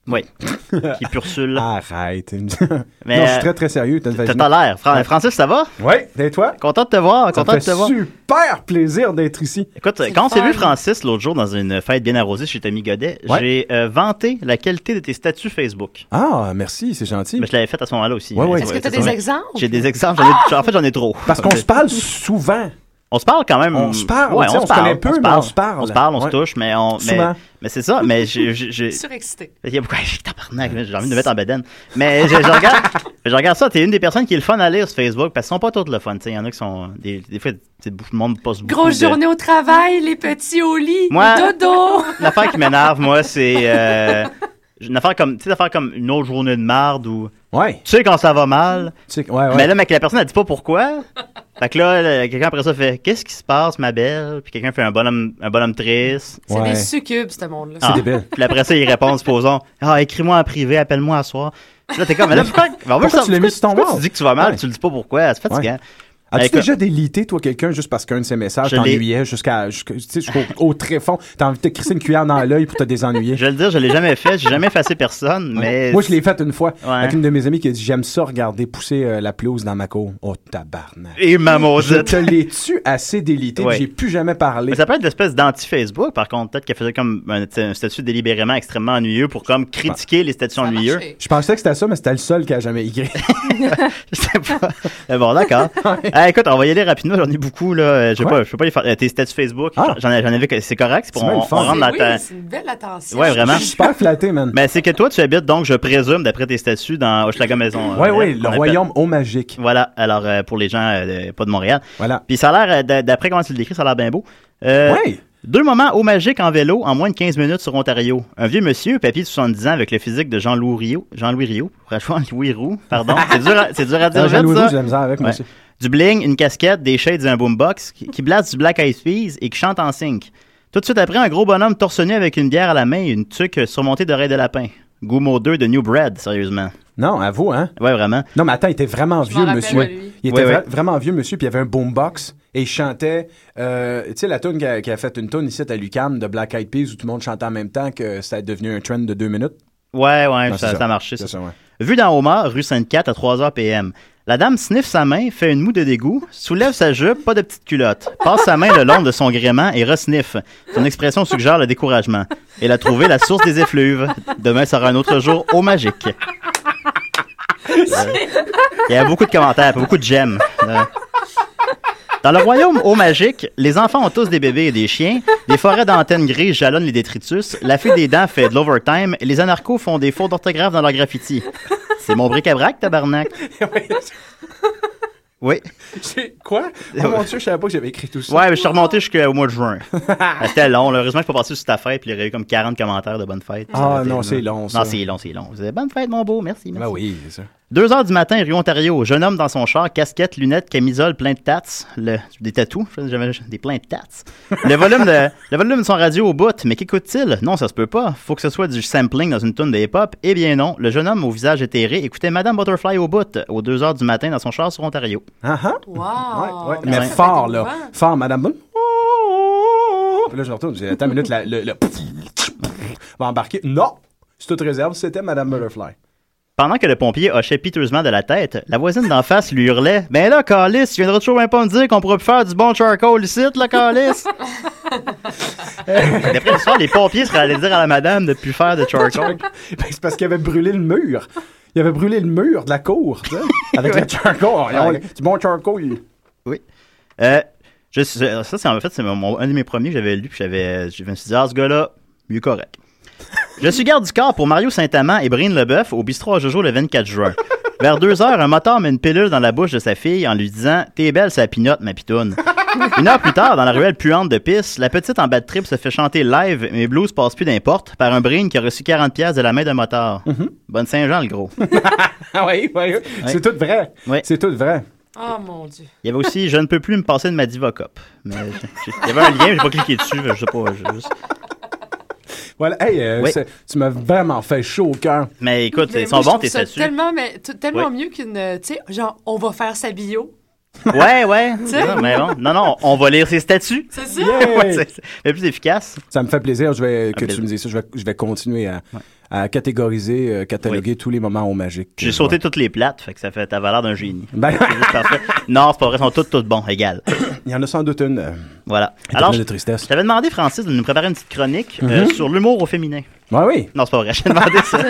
Oui. Qui purcule. Arrête. Mais non, je suis très, très sérieux. T'as l'air. Francis, ça va? Oui, et toi? Content de te voir. Ça me fait super plaisir d'être ici. Écoute, quand on s'est vu, Francis, l'autre jour, dans une fête bien arrosée chez Tommy Godet, j'ai vanté la qualité de tes statuts Facebook. Ah, merci, c'est gentil. Mais je l'avais fait à ce moment-là aussi. Est-ce que tu as des exemples? J'ai des exemples. En fait, j'en ai trop. Parce qu'on se parle souvent. On se parle quand même. On se parle. Ouais, on se connaît peu, mais on se parle. On se parle, on se touche, mais mais c'est ça. Mais j'ai surexcité. J'ai envie de me mettre en bedaine. Mais je regarde ça. T'es une des personnes qui est le fun à lire sur Facebook parce qu'ils sont pas toutes le fun. Il y en a qui sont des fois le monde poste beaucoup. Grosse journée au travail, les petits au lit, dodo. L'affaire qui m'énerve, moi, c'est une affaire comme une autre journée de marde ou tu sais quand ça va mal. Mais là, la personne elle dit pas pourquoi. Fait que là, quelqu'un après ça fait qu'est-ce qui se passe, ma belle? Puis quelqu'un fait un bonhomme triste. C'est des succubes, ce monde-là. C'est débile. Puis après ça, il répond, supposons, écris-moi en privé, appelle-moi à soir. Là, t'es comme, mais là, pourquoi tu l'as mis sur ton bord? Tu dis que tu vas mal, tu le dis pas pourquoi, c'est fatigant. As-tu déjà délité, toi, quelqu'un, juste parce qu'un de ses messages t'ennuyait jusqu'au tréfonds? T'as envie de te crisser une cuillère dans l'œil pour te désennuyer? Je vais le dire, je l'ai jamais fait. J'ai jamais effacé personne, mais... Moi, je l'ai fait une fois avec une de mes amies qui a dit « J'aime ça regarder pousser la pelouse dans ma cour. » Oh, tabarnak. Et ma maudite. Je te l'ai-tu assez délité? J'ai plus jamais parlé. Mais ça peut être une espèce d'anti-Facebook, par contre. Peut-être qu'elle faisait comme un statut délibérément extrêmement ennuyeux pour comme critiquer les statuts ennuyeux. Je pensais que c'était ça, mais c'était le seul qui a jamais écrit. Je sais pas. Bon, d'accord. Écoute, on va y aller rapidement. J'en ai beaucoup, là. Je peux pas les faire. Tes statuts Facebook, j'en ai vu que c'est correct. C'est pour on rentre dans ta... c'est une belle attention. Ouais, vraiment. Je suis super flatté, man. Mais c'est que toi, tu habites, donc, je présume, d'après tes statuts, dans Hochelaga Maison. Oui, le royaume au magique. Voilà. Alors, pour les gens pas de Montréal. Voilà. Puis ça a l'air, d'après comment tu le décris, ça a l'air bien beau. Oui. 2 moments au magique en vélo en moins de 15 minutes sur Ontario. Un vieux monsieur, papy de 70 ans, avec le physique de Jean-Louis Roux, pardon. C'est dur à dire. Jean-Louis Roux, j'ai la misère avec moi aussi. Du bling, une casquette, des shades et un boombox, qui blasse du Black Eyed Peas et qui chante en sync. Tout de suite après, un gros bonhomme torse nu avec une bière à la main et une tuque surmontée d'oreilles de lapin. Goumo 2 de New Bread, sérieusement. Non, avoue, hein? Ouais, vraiment. Non, mais attends, il était vraiment vieux, monsieur. Il était vraiment vieux, monsieur, puis il y avait un boombox et il chantait, tu sais, la toune qui a fait une toune ici à l'UQAM de Black Eyed Peas où tout le monde chantait en même temps, que ça a devenu un trend de 2 minutes. Ouais, ça a marché. C'est ça, ouais. Vu d'en haut, rue Sainte-Cat à 3h PM. La dame sniffe sa main, fait une moue de dégoût, soulève sa jupe, pas de petite culotte, passe sa main le long de son gréement et resniffe. Son expression suggère le découragement. Elle a trouvé la source des effluves. Demain sera un autre jour au magique. Il y a beaucoup de commentaires, beaucoup de j'aime. Dans le royaume au magique, les enfants ont tous des bébés et des chiens, les forêts d'antennes grises jalonnent les détritus, la fée des dents fait de l'overtime et les anarchos font des fautes d'orthographe dans leur graffiti. C'est mon bric-à-brac, tabarnak. Oui. Quoi? Oh mon Dieu, je savais pas que j'avais écrit tout ça. Ouais, mais je suis remonté jusqu'au mois de juin. C'était long. Là. Heureusement que je suis pas passé sur ta fête, puis il y aurait eu comme 40 commentaires de bonne fête. Ah non, c'est long, ça. Non, c'est long. Vous avez bonne fête, mon beau. Merci. Ben oui, c'est ça. 2h du matin, rue Ontario. Jeune homme dans son char, casquette, lunettes, camisole, plein de tats. Des tatous. J'avais des plein de tats. Le volume de son radio au bout. Mais qu'écoute-t-il? Non, ça se peut pas. Faut que ce soit du sampling dans une toune de hip-hop. Eh bien non. Le jeune homme au visage éthéré écoutait Madame Butterfly au bout aux 2h du matin dans son char sur Ontario. Wow! Ouais. Mais fort, là. Fort, Madame Butterfly. Puis là, je retourne. Attends une minute, le va embarquer. Non! C'est toute réserve. C'était Madame Butterfly. Pendant que le pompier hochait piteusement de la tête, la voisine d'en face lui hurlait « Ben là, Calice, tu viendras toujours même pas me dire qu'on pourrait plus faire du bon charcoal ici, là, Calice! » D'après l'histoire, les pompiers seraient allés dire à la madame de plus faire de charcoal. Ben, c'est parce qu'il avait brûlé le mur. Il avait brûlé le mur de la cour, tu sais, avec le charcoal. Du bon charcoal. Oui. Ça, c'est en fait, c'est un de mes premiers que j'avais lu, puis je me suis dit « Ah, ce gars-là, mieux correct. » Je suis garde du corps pour Mario Saint-Amand et Brine Leboeuf au bistrot à Jojo le 24 juin. Vers 2h, un motard met une pilule dans la bouche de sa fille en lui disant « T'es belle, sa pinotte, ma pitoune. » 1 heure plus tard, dans la ruelle puante de pisse, la petite en bad trip se fait chanter live « Mes blues passent plus d'importe » par un Brine qui a reçu 40$ de la main d'un motard. Bonne Saint-Jean, le gros. Oui. C'est tout vrai. Oui. C'est tout vrai. Oh mon Dieu. Il y avait aussi « Je ne peux plus me passer de ma Divocop ». Mais il y avait un lien, mais j'ai pas cliqué dessus. Je sais pas, juste... Voilà, hey, oui. Tu m'as vraiment fait chaud au cœur. Mais écoute, ils sont bons tes statuts. Tellement mieux qu'une, tu sais, genre, on va faire sa bio. Ouais. Mais bon, non, on va lire ses statuts. C'est ça. C'est plus efficace. Ça me fait plaisir que tu me dises ça. Je vais continuer à catégoriser, cataloguer tous les moments magiques. J'ai sauté toutes les plates, fait que ça fait ta valeur d'un génie. C'est juste parfait. Non, c'est pas vrai, elles sont toutes bons, égales. Il y en a sans doute une. Voilà. Alors, de tristesse. Je t'avais demandé, Francis, de nous préparer une petite chronique sur l'humour au féminin. Oui. Non, c'est pas vrai, je t'ai demandé ça.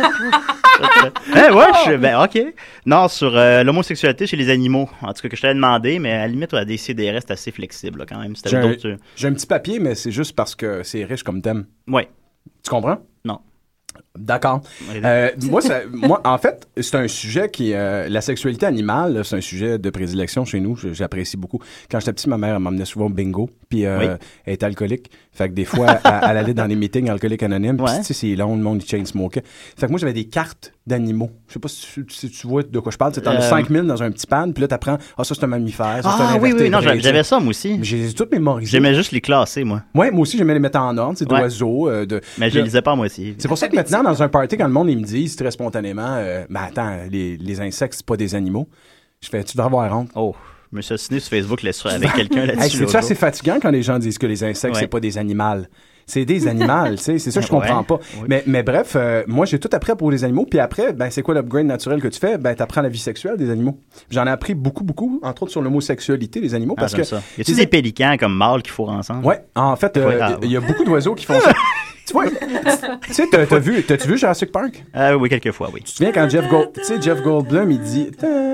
OK. Non, sur l'homosexualité chez les animaux. En tout cas, que je t'avais demandé, mais à la limite, la DCDR, c'est assez flexible, là, quand même. J'ai un petit papier, mais c'est juste parce que c'est riche comme thème. Oui. Tu comprends? Non. D'accord. Moi, en fait, c'est un sujet qui... la sexualité animale, là, c'est un sujet de prédilection chez nous. J'apprécie beaucoup. Quand j'étais petit, ma mère m'emmenait souvent au bingo, puis elle était alcoolique. Fait que des fois, elle allait dans les meetings alcooliques anonymes, puis tu sais, c'est long, le monde chain smokait. Fait que moi, j'avais des cartes d'animaux. Je sais pas si tu vois de quoi je parle. T'en as 5000 dans un petit pan, puis là, t'apprends, ça, c'est un mammifère, ça, c'est un invertébré. Oui, non, j'avais ça, moi aussi. J'ai tout mémorisé. J'aimais juste les classer, moi. Ouais, moi aussi, j'aimais les mettre en ordre, c'est d'oiseaux. Mais je les lisais pas, moi aussi. C'est pour ça que maintenant, dans un party, quand le monde, ils me disent très spontanément, attends, les insectes, c'est pas des animaux. Je fais, tu devrais avoir honte. Oh, je me suis assigné sur Facebook avec quelqu'un là-dessus. C'est assez fatigant quand les gens disent que les insectes, c'est pas des animaux. C'est des animaux, tu sais, c'est ça que je comprends pas. Oui. Mais bref, moi, j'ai tout appris pour les animaux, puis après, c'est quoi l'upgrade naturel que tu fais? T'apprends la vie sexuelle des animaux. J'en ai appris beaucoup, entre autres sur l'homosexualité des animaux, parce que... Ça. Y a-t-il des pélicans comme mâles qui fourrent ensemble? Ouais, en fait, il y a beaucoup d'oiseaux qui font ça. Tu vois, tu sais, t'as-tu vu Jurassic Park? Oui, quelques fois, oui. Tu te souviens quand Jeff Goldblum, il dit...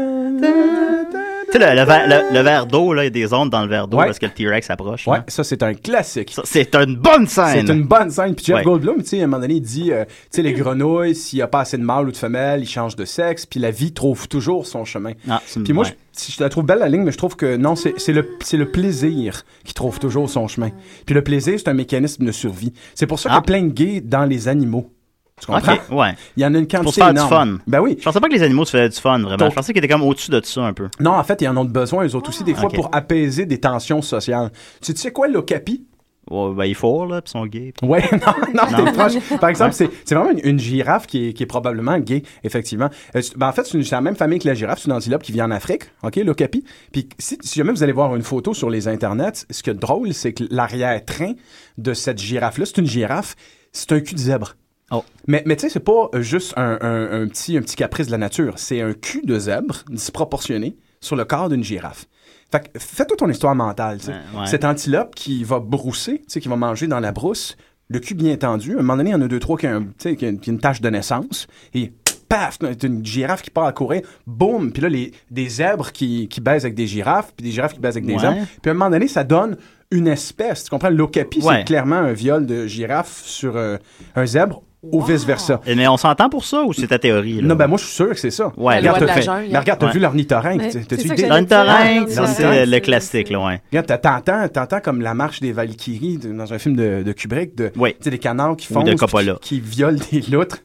Tu sais, le verre d'eau, là, il y a des ondes dans le verre d'eau parce que le T-Rex approche. Ouais, ça, c'est un classique. Ça, c'est une bonne scène. C'est une bonne scène. Puis Jeff Goldblum, tu sais, à un moment donné, il dit, tu sais, les grenouilles, s'il n'y a pas assez de mâles ou de femelles, ils changent de sexe, puis la vie trouve toujours son chemin. Puis moi, je la trouve belle, la ligne, mais je trouve que non, c'est le plaisir qui trouve toujours son chemin. Puis le plaisir, c'est un mécanisme de survie. C'est pour ça qu'il y a plein de gays dans les animaux. Tu comprends? OK, ouais. Il y en a une quantité pour faire énorme. Du fun. Ben oui. Je pensais pas que les animaux se faisaient du fun, vraiment. Je pensais qu'ils étaient comme au-dessus de ça un peu. Non, en fait, ils en ont besoin, eux autres aussi, des fois, pour apaiser des tensions sociales. Tu sais quoi, l'okapi? Ouais, il faut, là, puis ils sont gays. Ouais, non, t'es proche. Par exemple, c'est vraiment une girafe qui est probablement gay, effectivement. En fait, c'est la même famille que la girafe, c'est une antilope qui vit en Afrique, OK, l'okapi. Puis si jamais vous allez voir une photo sur les internets, ce qui est drôle, c'est que l'arrière-train de cette girafe-là, c'est une girafe, c'est un cul de zèbre. Oh. Mais tu sais, c'est pas juste un petit caprice de la nature. C'est un cul de zèbre disproportionné sur le corps d'une girafe. Fait que fais-toi ton histoire mentale. Ouais. Cette antilope qui va brousser, qui va manger dans la brousse, le cul bien tendu. À un moment donné, il y en a 2-3 qui a une tache de naissance. Et paf, une girafe qui part à courir. Boum! Puis là, des zèbres qui baisent avec des girafes, puis des girafes qui baisent avec des zèbres. Puis à un moment donné, ça donne une espèce. Tu comprends? L'okapi, c'est clairement un viol de girafe sur un zèbre. Ou vice-versa. Mais on s'entend pour ça ou c'est ta théorie? Là? Non, moi, je suis sûr que c'est ça. Ouais, regarde, t'as vu l'ornithorynque? L'ornithorynque, ça, c'est le classique, là, ouais. Regarde, t'entends comme la marche des Valkyries dans un film de Kubrick, tu sais, des canards qui foncent, qui violent des loutres.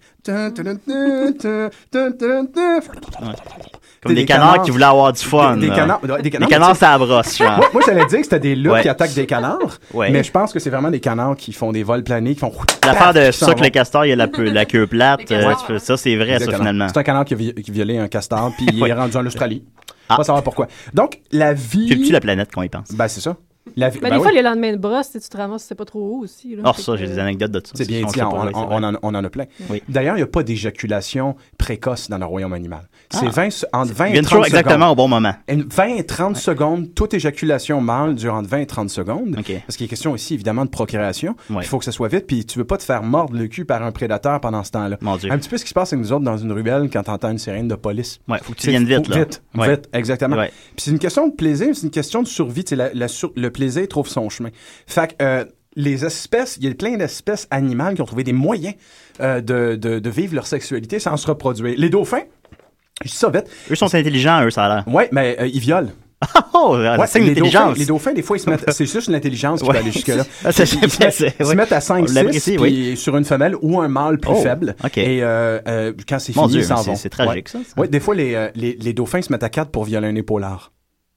Comme des canards qui voulaient avoir du fun. Des canards, ça brosse. Moi, j'allais dire que c'était des loutres qui attaquent des canards, mais je pense que c'est vraiment des canards qui font des vols planés, qui font... L'affaire de ça que le castor, il a la queue plate, ça, c'est vrai, ça, finalement. C'est un canard qui a violé un castor, puis il est rendu en Australie. On va savoir pourquoi. Donc, la vie... Tu tues la planète quand il pense. Ben, c'est ça. Des fois, les lendemains de brosse, tu te ramasses, c'est pas trop haut aussi. Là, ça, j'ai des anecdotes de ça. C'est bien dit, on en a plein. Oui. D'ailleurs, il n'y a pas d'éjaculation précoce dans le royaume animal. C'est entre 20 et 30 secondes. Exactement au bon moment. 20 et 30 secondes, toute éjaculation mâle dure entre 20 et 30 secondes. Okay. Parce qu'il est question ici, évidemment, de procréation. Il faut que ça soit vite, puis tu veux pas te faire mordre le cul par un prédateur pendant ce temps-là. Mon Dieu. Un petit peu ce qui se passe avec nous autres dans une ruelle quand t'entends une sirène de police. Ouais, faut que tu viennes vite, là. Vite, exactement. Ouais. Puis c'est une question de plaisir, c'est une question de survie. Le plaisir trouve son chemin. Fait que les espèces, il y a plein d'espèces animales qui ont trouvé des moyens de vivre leur sexualité sans se reproduire. Les dauphins, je dis ça vite. Eux sont intelligents, eux, ça a l'air. Oui, mais ils violent. C'est une intelligence. Les dauphins, des fois, ils se mettent... C'est juste l'intelligence qui peut aller jusque-là. Ils se mettent à 5-6 puis sur une femelle ou un mâle plus faible. Et quand c'est fini, ils s'en vont. C'est tragique, ça. Oui, des fois, les dauphins se mettent à 4 pour violer un épaulard.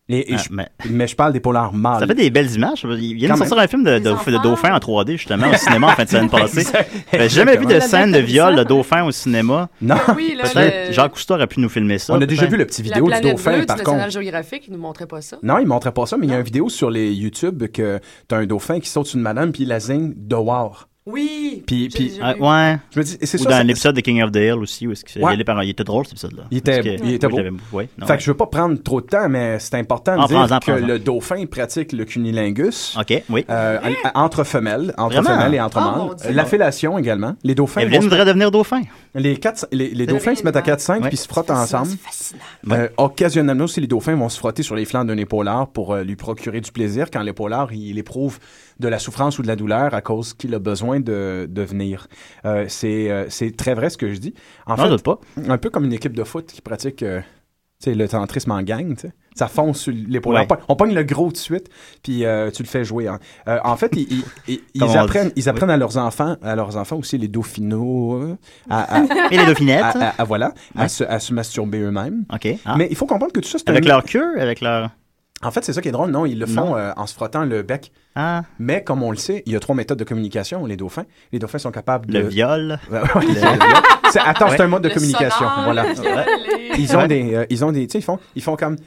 Mais je parle des polars mâles. Ça fait des belles images. Il vient de sortir un film de dauphin en 3D, justement, au cinéma en fin de semaine passée. J'ai jamais vu de scène de viol de dauphin au cinéma. Non. Oui, là, peut-être Jacques Cousteau aurait pu nous filmer ça. On a déjà vu le petit vidéo du dauphin, par contre. National Geographic, il nous montrait pas ça. Non, il montrait pas ça, mais il y a une vidéo sur les YouTube que t'as un dauphin qui saute sur une madame puis il la zigne dehors. Oui. Puis ouais. Je me dis, c'est Ou ça, dans l'épisode de King of the Hill aussi, où il était drôle cet épisode-là. Il était beau. Fait que je veux pas prendre trop de temps, mais c'est important de dire que le dauphin pratique le cunilingus. OK, oui. Entre femelles et entre mâles. La fellation également. Les dauphins. Evelyne voudrait devenir dauphin. Les dauphins se mettent à 4-5 puis se frottent ensemble. Occasionnellement aussi, les dauphins vont se frotter sur les flancs d'un épaulard pour lui procurer du plaisir quand l'épaulard, il éprouve de la souffrance ou de la douleur à cause qu'il a besoin de venir. C'est très vrai ce que je dis. En fait, pas. Un peu comme une équipe de foot qui pratique le tantrisme en gang. T'sais. Ça fonce sur l'épaulard. Ouais. On pogne le gros tout de suite, puis tu le fais jouer. Hein. En fait, ils apprennent à leurs enfants aussi les dauphinos. Et les dauphinettes. À se masturber eux-mêmes. OK. Mais il faut comprendre que tout ça, c'est avec leur queue, avec leur... En fait, c'est ça qui est drôle. Non, ils le font en se frottant le bec. Ah. Mais comme on le sait, il y a 3 méthodes de communication, les dauphins. Les dauphins sont capables de... Le viol. C'est un mode de communication. Sonore, voilà. Ils ont des... Tu sais, ils font comme...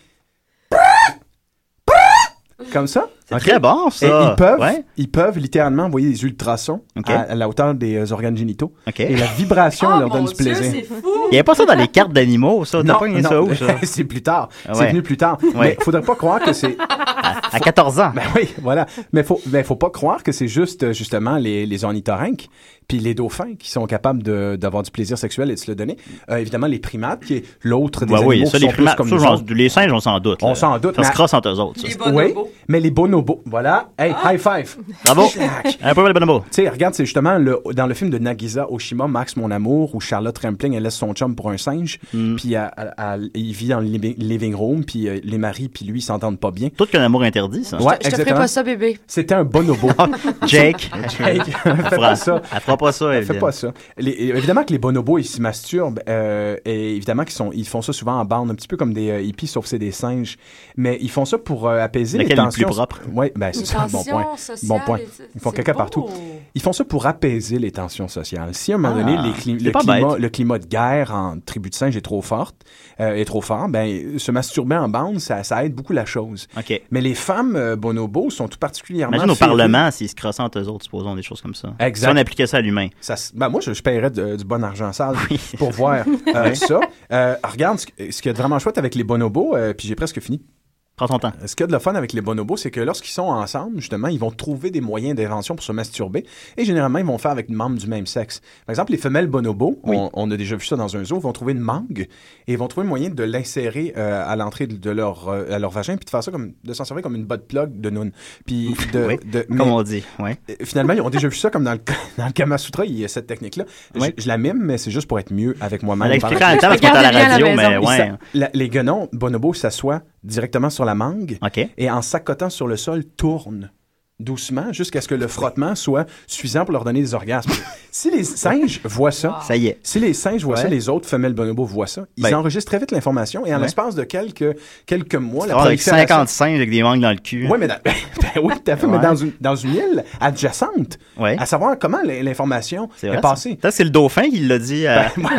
Comme ça. C'est très bon, ça. Et ils peuvent littéralement envoyer des ultrasons à la hauteur des organes génitaux. Et la vibration leur donne du plaisir. C'est fou. Il n'y avait pas ça dans les cartes d'animaux, ça. Non, ça où, ça? C'est plus tard. C'est venu plus tard. Mais il faudrait pas croire que c'est... À 14 ans. Ben oui, voilà. Mais faut pas croire que c'est juste, justement, les ornithorynques puis les dauphins qui sont capables d'avoir du plaisir sexuel et de se le donner. Évidemment, les primates, qui est l'autre des animaux qui sont plus comme nous. Les singes, on s'en doute. On s'en doute. Ça se crosse entre eux autres. Les bonobos. Oui, mais les bonobos, voilà. Hey, high five. Bravo. Un peu les bonobos. Tu sais, regarde, c'est justement dans le film de Nagisa Oshima, Max, mon amour, où Charlotte Rampling, elle laisse son chum pour un singe, puis il vit dans le living room, puis les maris, puis lui, ils s'entendent pas bien. Tout qu'un amour interdit, ça. Ouais, je te ferai pas ça, bébé. C'était un bonobo. Jake. Elle fera ça. Elle fera pas ça, elle fait pas ça. Évidemment que les bonobos, ils se masturbent, et évidemment ils font ça souvent en bande, un petit peu comme des hippies, sauf que c'est des singes. Mais ils font ça pour apaiser les tensions. Lequel est le plus propre? Oui, ben c'est ça, bon point. Bon point. Ils font caca partout. Ils font ça pour apaiser les tensions sociales. Si à un moment donné, le climat de guerre en tribu de singes est trop fort, ben se masturber en bande, ça aide beaucoup la chose. Okay. Mais les femmes bonobos sont tout particulièrement... Imagine au Parlement s'ils se crossaient entre eux autres, supposons des choses comme ça. Exact. Si on appliquait ça à l'humain. Moi, je paierais du bon argent sale pour voir ça. Regarde, ce qu'il y a de vraiment chouette avec les bonobos, puis j'ai presque fini. Prends ton temps. Ce qu'il y a de le fun avec les bonobos, c'est que lorsqu'ils sont ensemble, justement, ils vont trouver des moyens d'invention pour se masturber. Et généralement, ils vont faire avec des membres du même sexe. Par exemple, les femelles bonobos, on a déjà vu ça dans un zoo, vont trouver une mangue et ils vont trouver un moyen de l'insérer à l'entrée de leur vagin, puis de faire ça de s'en servir comme une butt plug de noun. Puis comme on dit, finalement, ils ont déjà vu ça comme dans le Kama Sutra, il y a cette technique-là. Je la mime, mais c'est juste pour être mieux avec moi-même. On l'expliquera en même temps parce qu'on est à la radio, mais les guenons bonobos s'assoient directement sur la mangue et en s'accotant sur le sol tournent doucement jusqu'à ce que le frottement soit suffisant pour leur donner des orgasmes. Si les singes voient ça, ça y est. Si les singes voient ça, les autres femelles bonobos voient ça, ils enregistrent très vite l'information et en l'espace de quelques mois, la avec 50 singes avec des mangues dans le cul. Oui, mais oui, tout à fait, mais dans une île adjacente, à savoir comment l'information est passée. Peut-être c'est le dauphin qui l'a dit.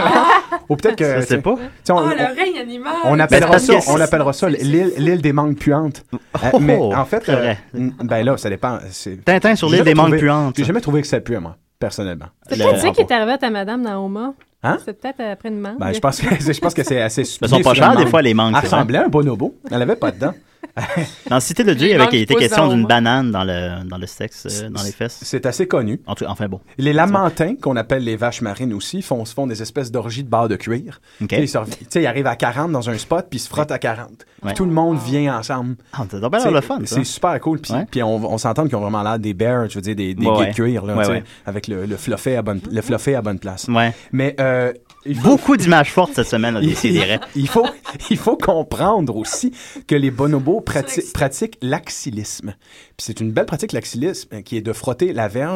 Ou peut-être que je sais pas. Le règne animal. On appellera ça l'île des mangues puantes. Mais en fait, ben là, ça dépend. Tintin sur l'île des mangues puantes. J'ai jamais trouvé que ça pue, moi, personnellement. C'est peut-être ça qui est arrivé à ta madame Naoma. Hein? C'est peut-être après une mangue. Ben, je pense que c'est assez Elles sont pas chères, des fois, les mangues. Elle ressemblait à un bonobo. Elle avait pas de dents. Dans Cité de Dieu, il avait été question d'une banane dans le sexe, dans les fesses. C'est assez connu. Enfin bon. Les lamantins, qu'on appelle les vaches marines aussi, font des espèces d'orgies de barres de cuir. Ils arrivent à 40 dans un spot, puis ils se frottent à 40. Puis tout le monde vient ensemble. Ça doit bien avoir le fun, ça. C'est super cool. Puis on s'entend qu'ils ont vraiment l'air des bears, je veux dire, des gays de cuir, là, avec le fluffé à bonne place. Mais... beaucoup d'images fortes cette semaine, à décider. Il faut comprendre aussi que les bonobos pratiquent l'axillisme. Puis c'est une belle pratique, l'axillisme, qui est de frotter la verge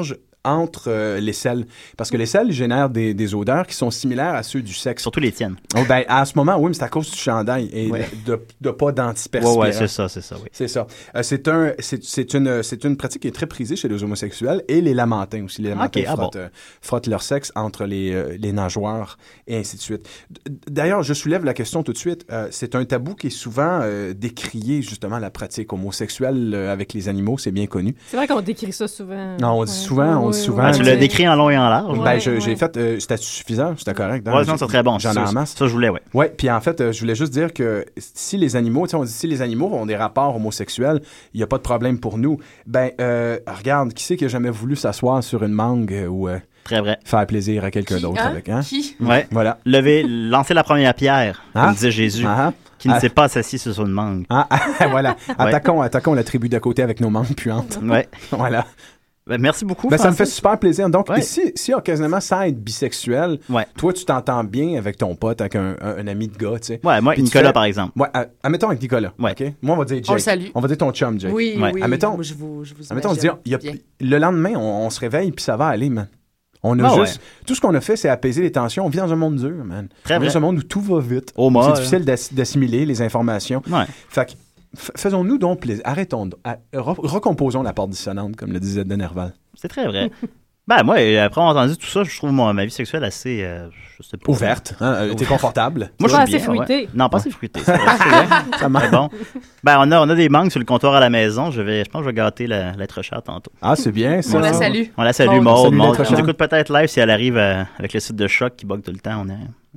entre les selles. Parce que les selles génèrent des odeurs qui sont similaires à ceux du sexe. Surtout les tiennes. Oh, ben, à ce moment, oui, mais c'est à cause du chandail et de pas d'antiperspirant. Oui, c'est ça, oui. C'est ça. C'est une pratique qui est très prisée chez les homosexuels et les lamantins aussi. Les lamantins frottent leur sexe entre les nageoires et ainsi de suite. D'ailleurs, je soulève la question tout de suite. C'est un tabou qui est souvent décrié, justement, la pratique homosexuelle avec les animaux, c'est bien connu. C'est vrai qu'on décrit ça souvent. Non, on dit souvent. Tu l'as décrit en long et en large. Ben, j'ai fait... c'était suffisant? C'était correct? Oui, non, c'est très bon. J'en ai en masse. Ça, je voulais, oui. Oui, puis en fait, je voulais juste dire que si les animaux, on dit si les animaux ont des rapports homosexuels, il n'y a pas de problème pour nous. Ben, regarde, qui c'est qui a jamais voulu s'asseoir sur une mangue ou très vrai. Faire plaisir à quelqu'un d'autre avec, hein? Qui? Ouais. Voilà. Lancer la première pierre, comme disait Jésus, qui ne s'est pas assis sur une mangue. Voilà. Attaquons la tribu d'à côté avec nos mangues puantes. Ouais. Voilà. Ben, merci beaucoup, ça me fait super plaisir. Donc, si occasionnellement, sans être bisexuel, toi, tu t'entends bien avec ton pote, avec un ami de gars, tu sais. Ouais, moi, Nicolas, par exemple. Ouais, admettons avec Nicolas, OK? Moi, on va dire Jake. On le salue. On va dire ton chum, Jake. Oui. Admettons, je vous on se dit, le lendemain, on se réveille, puis ça va aller, man. On a tout ce qu'on a fait, c'est apaiser les tensions. On vit dans un monde dur, man. Très vrai. Dans un monde où tout va vite. C'est difficile d'assimiler les informations. Ouais. Fait que, faisons-nous donc plaisir. Arrêtons. Recomposons la porte dissonante, comme le disait De Nerval. C'est très vrai. Ben, moi, après avoir entendu tout ça, je trouve ma vie sexuelle assez, je sais pas. Ouverte. T'es confortable. Moi, je suis assez fruité. Non, pas assez fruité. Ça marche. Bon. Ben, on a des mangues sur le comptoir à la maison. Je pense que je vais gâter l'être chère tantôt. Ah, c'est bien, ça. On la salue. On la salue, Maud. On écoute peut-être live si elle arrive avec le site de Choc qui bug tout le temps.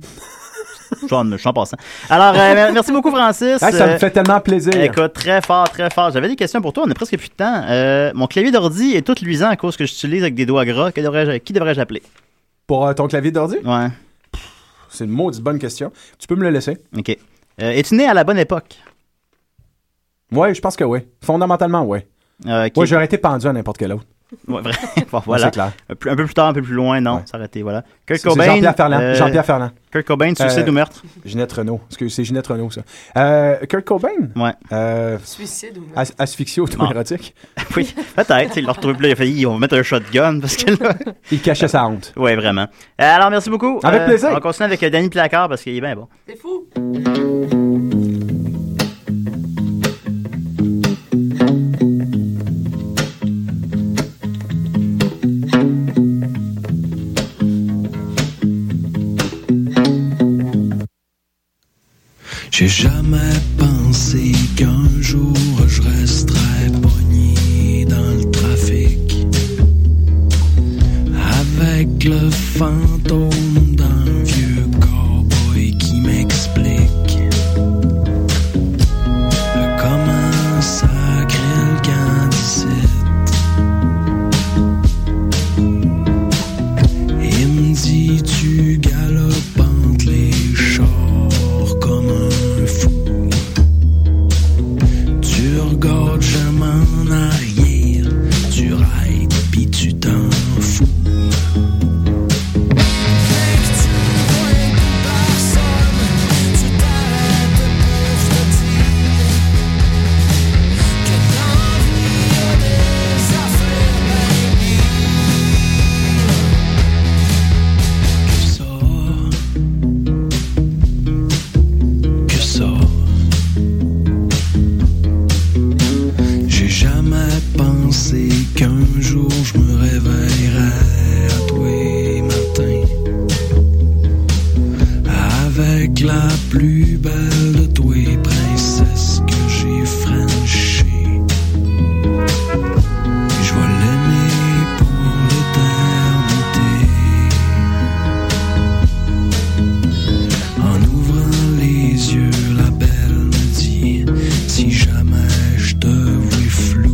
Je suis en passant. Alors, merci beaucoup, Francis. Ça me fait tellement plaisir. Écoute, très fort, très fort. J'avais des questions pour toi. On a presque plus de temps. Mon clavier d'ordi est tout luisant à cause que j'utilise avec des doigts gras. Qui devrais-je appeler? Pour ton clavier d'ordi? Ouais. C'est une maudite bonne question. Tu peux me le laisser? OK. Es-tu né à la bonne époque? Oui, je pense que oui. Fondamentalement, oui. Okay. Moi, j'aurais été pendu à n'importe quel autre. Ouais, vrai. Bon, voilà. C'est clair. Un peu plus tard, un peu plus loin, non, ça aurait été, voilà. Kurt Cobain. Jean-Pierre Ferland. Kurt Cobain, suicide ou meurtre? Ginette Renault. C'est Ginette Renault, ça. Kurt Cobain? Ouais. Suicide ou meurtre? Asphyxie auto-érotique? Oui, peut-être. Il l'a retrouvé plus. Il a failli, on va mettre un shotgun parce que là... Il cachait sa honte. Oui, vraiment. Alors, merci beaucoup. Avec plaisir. On va continuer avec Danny Placard parce qu'il est bien bon. C'est fou. J'ai jamais pensé qu'un jour je resterais pogné dans le trafic avec le fantôme d'un vieux cowboy qui m'explique comment ça crée le camp d'ici. Il me dit tu galopes entre les chars comme un fou. Tu regardes jamais en arrière, tu rides pis tu t'en fous. Pensé qu'un jour je me réveillerais à tous les matins avec la plus belle de tous les princesses que j'ai franchies. Je vais l'aimer pour l'éternité. En ouvrant les yeux, la belle me dit si jamais je te vois flou,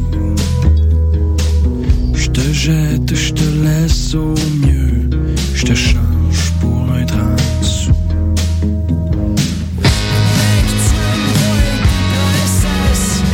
je te jette, je te laisse au mieux, je te change pour un 30 sous. Mec, tu me vois, princesse,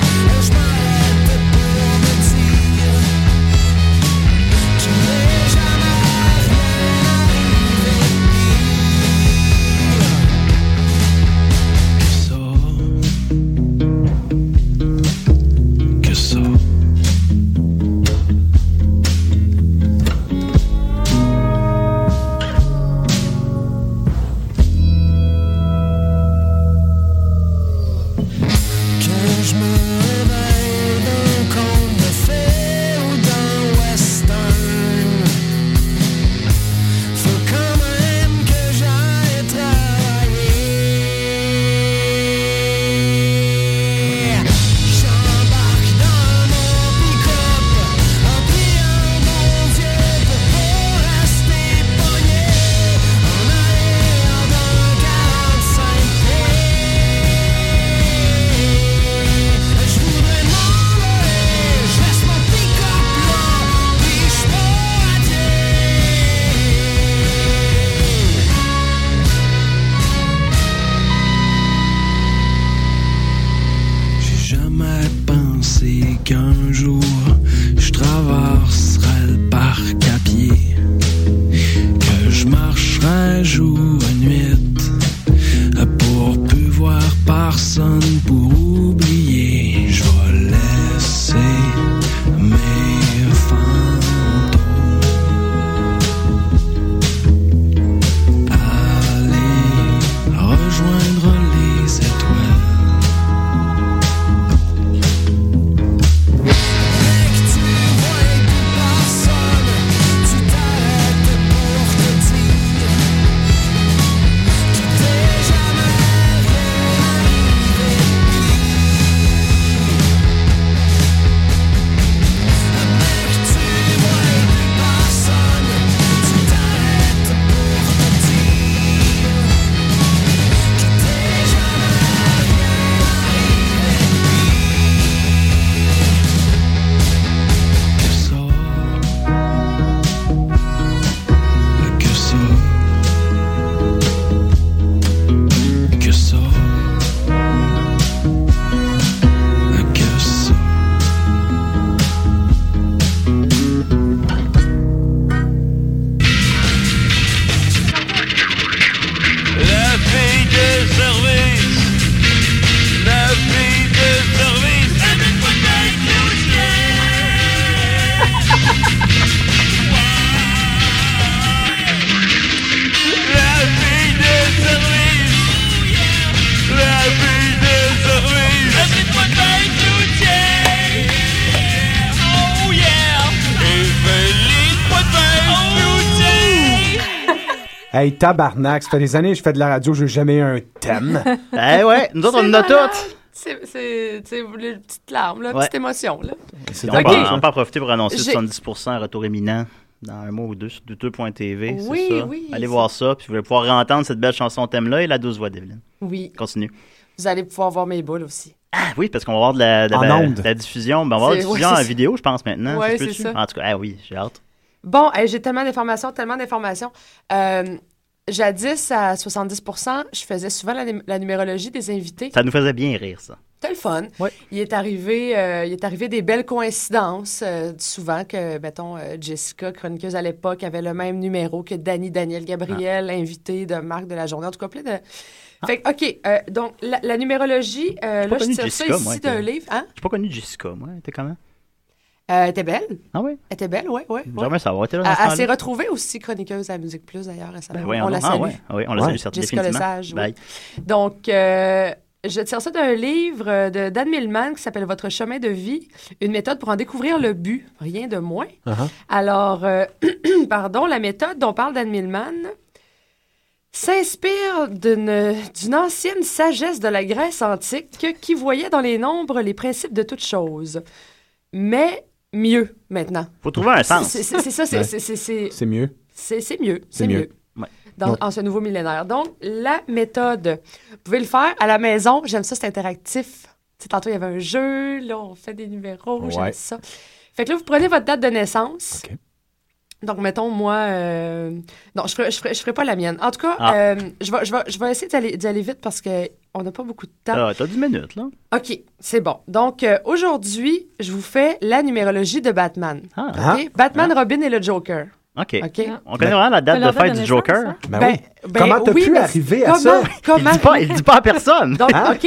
Hey, tabarnak, ça fait des années que je fais de la radio, j'ai jamais eu un thème. Eh ouais, nous autres, on en a toutes. C'est une petite larme, là, petite émotion. Là. On peut en profiter pour annoncer 70% retour imminent dans un mois ou deux sur 2.tv. Oui, c'est ça. oui. Allez voir ça, puis vous allez pouvoir entendre cette belle chanson thème-là et la douce voix d'Evelyne. Oui. Continue. Vous allez pouvoir voir mes boules aussi. Ah oui, parce qu'on va avoir de la diffusion. Ben, on va avoir de la diffusion en vidéo, je pense, maintenant. Oui, c'est ça. En tout cas, oui, j'ai hâte. Bon, j'ai tellement d'informations. Jadis, à 70%, je faisais souvent la numérologie des invités. Ça nous faisait bien rire, ça. C'était le fun. Oui. Il est arrivé des belles coïncidences. Souvent que, mettons, Jessica, chroniqueuse à l'époque, avait le même numéro que Daniel Gabriel, invité de Marc de la Journée. En tout cas, plein de... Fait que, OK, donc, la numérologie, là, je tire Jessica, ça ici d'un livre. Hein? J'ai pas connu Jessica, moi. Elle était comment? Elle était belle. Ah oui? Elle était belle, oui. J'aimerais savoir. Elle s'est retrouvée aussi chroniqueuse à Musique Plus, d'ailleurs, récemment. Ben, on la salue. Oui, on la salue, certainement. Jessica Lesage, oui. Donc, je tire ça d'un livre de Dan Millman qui s'appelle « Votre chemin de vie, une méthode pour en découvrir le but ». Rien de moins. Alors, la méthode dont parle Dan Millman s'inspire d'une ancienne sagesse de la Grèce antique qui voyait dans les nombres les principes de toute chose. Mais mieux, maintenant. Faut trouver un sens. C'est ça, c'est mieux. C'est mieux. C'est mieux. En ce nouveau millénaire. Donc, la méthode, vous pouvez le faire à la maison. J'aime ça, c'est interactif. Tantôt, il y avait un jeu. Là, on fait des numéros. J'aime ça. Fait que là, vous prenez votre date de naissance. OK. Donc, mettons, moi... Non, je ferai pas la mienne. En tout cas, je vais essayer d'y aller vite parce qu'on n'a pas beaucoup de temps. T'as 10 minutes, là. OK, c'est bon. Donc, aujourd'hui, je vous fais la numérologie de Batman. Okay? Batman, Robin et le Joker. OK. On connaît vraiment la date de fête du Joker. Comment t'as pu arriver à ça? Il dit pas à personne. Donc, OK,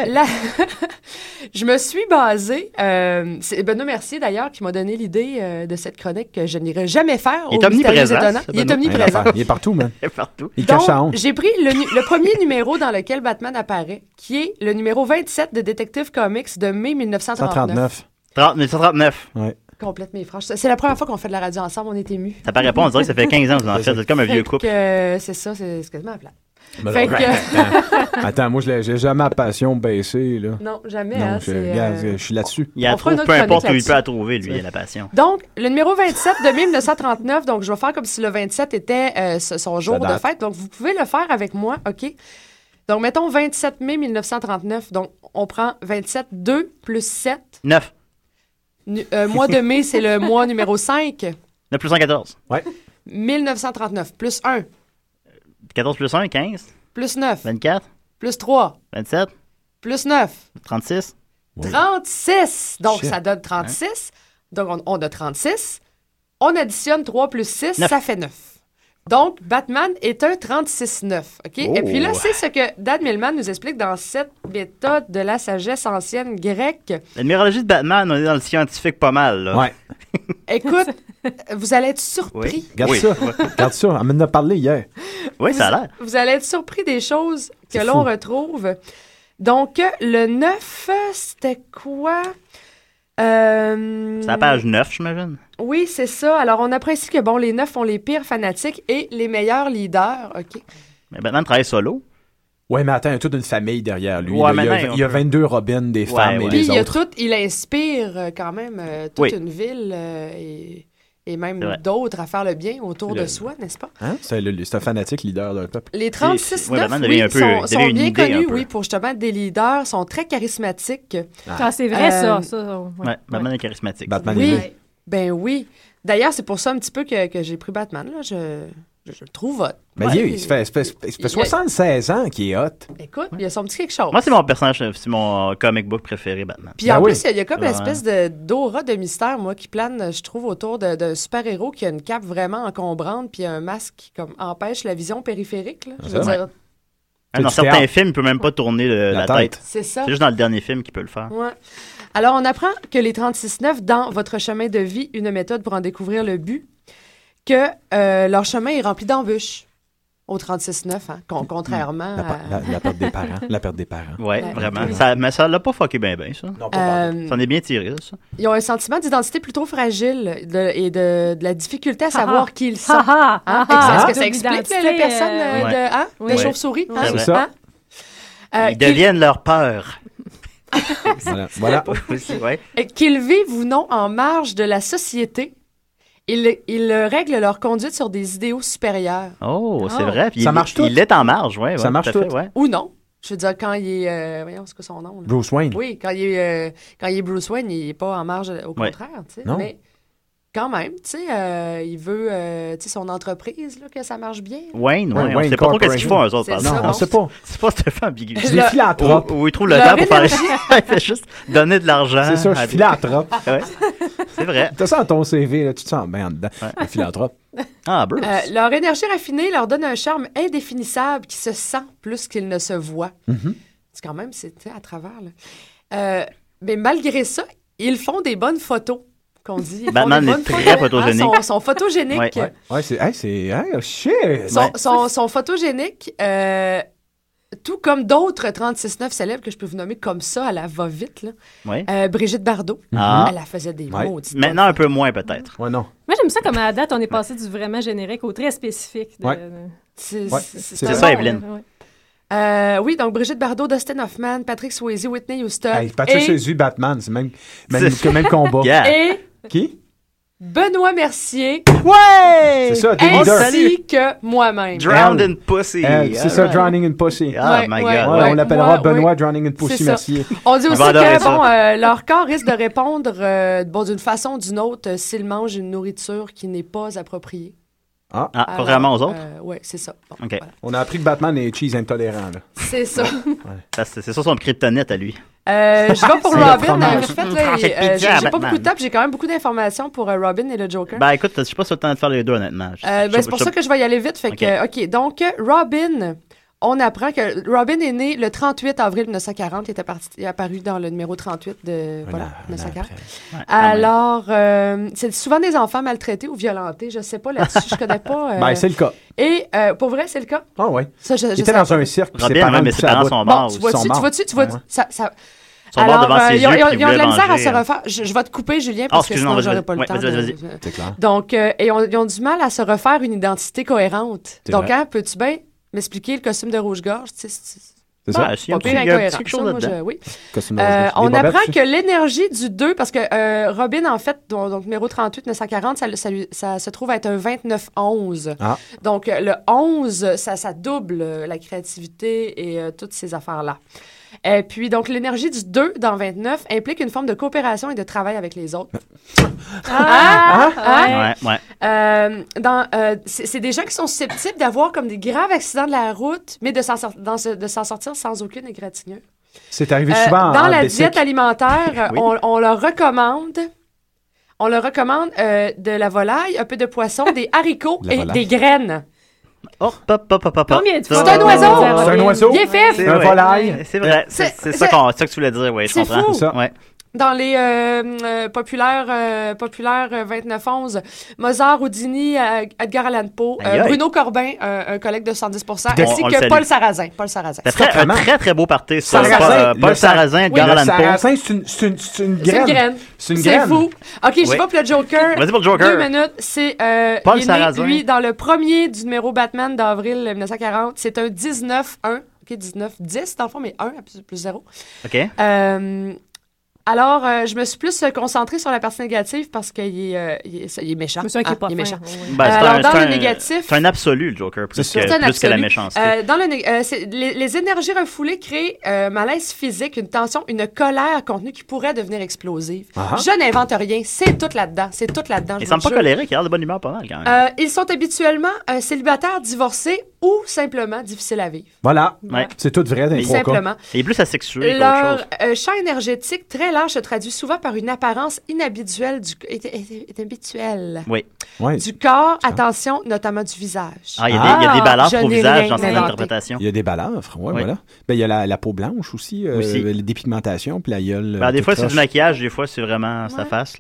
je me suis basée... c'est Benoît Mercier, d'ailleurs, qui m'a donné l'idée de cette chronique que je n'irai jamais faire. Il est omniprésent. Il est omniprésent. Il est partout, man. Il est partout. Il cache la honte. J'ai pris le premier numéro dans lequel Batman apparaît, qui est le numéro 27 de Detective Comics de mai 1939. 1939. Oui. Complète mes franches. C'est la première fois qu'on fait de la radio ensemble, on est émus. Ça paraît pas, on dirait que ça fait 15 ans que vous en faites. C'est comme un vieux couple. C'est ça, c'est quasiment plat. Attends, moi, j'ai jamais ma passion baissée, là. Non, jamais. Non, je suis là-dessus. Il a trouvé, peu importe où il peut la trouver, lui, il a la passion. Donc, le numéro 27 de 1939, donc je vais faire comme si le 27 était son jour de fête. Donc, vous pouvez le faire avec moi, OK? Donc, mettons 27 mai 1939. Donc, on prend 27, 2 plus 7. 9. Mois de mai, c'est le mois numéro 5. 9 plus 1, 14. Ouais. 1939, plus 1. 14 plus 1, 15. Plus 9. 24. Plus 3. 27. Plus 9. 36. 36. Donc, ça donne 36. Hein? Donc, on a 36. On additionne 3 plus 6, 9. Ça fait 9. Donc, Batman est un 36-9. OK? Oh. Et puis là, c'est ce que Dan Millman nous explique dans cette méthode de la sagesse ancienne grecque. La numérologie de Batman, on est dans le scientifique pas mal, là. Ouais. Écoute, vous allez être surpris. Oui. Regarde ça. On m'en a parlé hier. Oui, ça a l'air. Vous allez être surpris des choses que l'on retrouve. Donc, le 9, c'était quoi? C'est la page 9, j'imagine. Oui, c'est ça. Alors, on apprécie que, les 9 ont les pires fanatiques et les meilleurs leaders. OK. Mais Batman travaille solo. Oui, mais attends, il y a toute une famille derrière lui. Ouais, il y a 22 Robins, des femmes et des autres. Il inspire quand même toute une ville et même d'autres à faire le bien autour de soi, n'est-ce pas? Hein? C'est un fanatique leader d'un peuple. Les 36-9, sont bien connus, pour justement être des leaders, sont très charismatiques. C'est vrai, ça. Ouais, Batman est charismatique. Batman est ben oui. D'ailleurs, c'est pour ça un petit peu que j'ai pris Batman. Là. Je le trouve hot. Mais il fait 76 ans qu'il est hot. Écoute, il y a son petit quelque chose. Moi, c'est mon personnage, c'est mon comic book préféré, Batman. Puis en plus, il y a comme une espèce d'aura de mystère, moi, qui plane, je trouve, autour d'un super-héros qui a une cape vraiment encombrante puis un masque qui comme, empêche la vision périphérique. Là. Je veux dire... Dans certains films, il peut même pas tourner la tête. C'est ça. C'est juste dans le dernier film qu'il peut le faire. Ouais. Alors, on apprend que les 36-9, dans votre chemin de vie, une méthode pour en découvrir le but, que leur chemin est rempli d'embûches. au 36-9, hein, contrairement à... La perte des parents. La perte des parents. Oui, vraiment. Mais ça l'a pas fucké bien, ça. Non, pas ça en est bien tiré, ça. Ils ont un sentiment d'identité plutôt fragile et de la difficulté à savoir qui ils sont. Est-ce que ça explique les personnes de chauve-souris? C'est ça. Ils deviennent leur peur. Voilà. Qu'ils vivent ou non en marge de la société, ils règlent leur conduite sur des idéaux supérieurs. Oh, c'est vrai. Puis ça marche tout. Il est en marge, oui. Ça marche tout. Ou non. Je veux dire, quand il est... voyons, c'est quoi son nom? Là? Bruce Wayne. Oui, quand il est Bruce Wayne, il n'est pas en marge, au contraire. Tu sais. Non. Mais quand même, tu sais, il veut, tu sais, son entreprise, là, que ça marche bien. Wayne, on ne sait pas trop qu'est-ce qu'ils font, eux autres. Non, on ne sait pas. C'est pas Stéphane ambigu. C'est des philanthropes. Où ils trouvent le temps pour parler. Il fait juste donner de l'argent. C'est ça, je suis philanthrope. C'est vrai. Tu as ça dans ton CV, là, tu te sens bien en dedans. Un philanthrope. Ah, Bruce. Leur énergie raffinée leur donne un charme indéfinissable qui se sent plus qu'il ne se voit. C'est quand même, c'est à travers. Là. Mais malgré ça, ils font des bonnes photos. Qu'on dit. Batman est très photogénique. Sont photogéniques. Ouais, c'est shit. Sont photogéniques, tout comme d'autres 36-9 célèbres que je peux vous nommer comme ça à la va-vite. Là. Brigitte Bardot, elle faisait des maudites. Maintenant, un peu moins, peut-être. Ouais, non. Moi, j'aime ça comme à la date, on est passé du vraiment générique au très spécifique. C'est ça, Evelyne. Oui, donc Brigitte Bardot, Dustin Hoffman, Patrick Swayze, Whitney Houston. Patrick Swayze, Batman, c'est même combat. Et qui? Benoît Mercier. Ouais! C'est ça, des leaders. Ainsi que moi-même. Drowned in Pussy. C'est ça, Drowning in Pussy. Oh my God. On l'appellera Benoît Drowning in Pussy Mercier. On dit aussi que leur corps risque de répondre d'une façon ou d'une autre s'ils mangent une nourriture qui n'est pas appropriée. Contrairement aux autres? Oui, c'est ça. Bon, okay. Voilà. On a appris que Batman est cheese intolérant. Là. C'est ça. C'est ça son kryptonite à lui. Je vais pour Robin. En fait, j'ai pas beaucoup de temps, j'ai quand même beaucoup d'informations pour Robin et le Joker. Ben écoute, je suis pas sur le temps de faire les deux, honnêtement. C'est pour ça que je vais y aller vite. Fait que, OK, donc Robin... On apprend que Robin est né le 38 avril 1940. Il est apparu dans le numéro 38 de 1940. Alors, c'est souvent des enfants maltraités ou violentés. Je ne sais pas là-dessus, je ne connais pas. C'est le cas. Et pour vrai, c'est le cas? Ah oui. Il était dans un cirque. Robin, mais ses parents sont morts. Tu vois, alors, ils ont de la misère à se refaire. Je vais te couper, Julien, parce que sinon, j'aurais pas le temps. C'est clair. Donc, ils ont du mal à se refaire une identité cohérente. Donc, peux-tu bien m'expliquer le costume de rouge-gorge? C'est ça. Pas pire incohérent. Oui. On apprend que l'énergie du 2, parce que Robin, en fait, donc numéro 38, 940, ça se trouve être un 29-11. Donc, le 11, ça double la créativité et toutes ces affaires-là. Et puis, donc, l'énergie du 2 dans 29 implique une forme de coopération et de travail avec les autres. C'est des gens qui sont susceptibles d'avoir comme des graves accidents de la route, mais de s'en sortir sans aucune égratignure. C'est arrivé souvent dans la diète alimentaire, on leur recommande de la volaille, un peu de poisson, des haricots et des graines. Combien de fois? C'est un oiseau! C'est un oiseau! Il est fait! Un volaille! C'est vrai. C'est ça que tu voulais dire, oui, je comprends. Fou. C'est ça. Ouais. Dans les populaires 29-11, Mozart, Houdini, Edgar Allan Poe, Bruno Corbin, un collègue de 70%, ainsi que Paul Sarrazin. C'était un très, très beau party, ça. Paul Sarrazin, Edgar Allan Poe. Sarrazin, c'est une graine. C'est fou. OK, je vais pour le Joker. Vas-y pour le Joker. 2 minutes. C'est Paul Sarrazin. Lui, dans le premier du numéro Batman d'avril 1940, c'est un 19-1. OK, 19-10 dans le fond, mais 1 plus 0. OK. Alors, je me suis plus concentrée sur la partie négative parce qu'il est méchant. C'est un il est méchant. Alors, dans le négatif... C'est un absolu, le Joker, plus que la méchanceté. Dans les énergies refoulées créent malaise physique, une tension, une colère contenue qui pourrait devenir explosive. Je n'invente rien. C'est tout là-dedans. Ils semblent pas colériques, ils ont de bonne humeur pas mal, quand même. Ils sont habituellement célibataires, divorcés ou simplement difficiles à vivre. Voilà. C'est tout vrai dans les trois cas. Et plus asexué qu'autre chose. Leur champ énergétique très large se traduit souvent par une apparence inhabituelle habituelle du corps, attention, notamment du visage. Il y a des balafres au visage dans cette interprétation. Il y a des balafres, voilà. Ben, il y a la peau blanche aussi, les dépigmentations, puis la gueule. Des fois, c'est du maquillage, des fois, c'est vraiment sa face.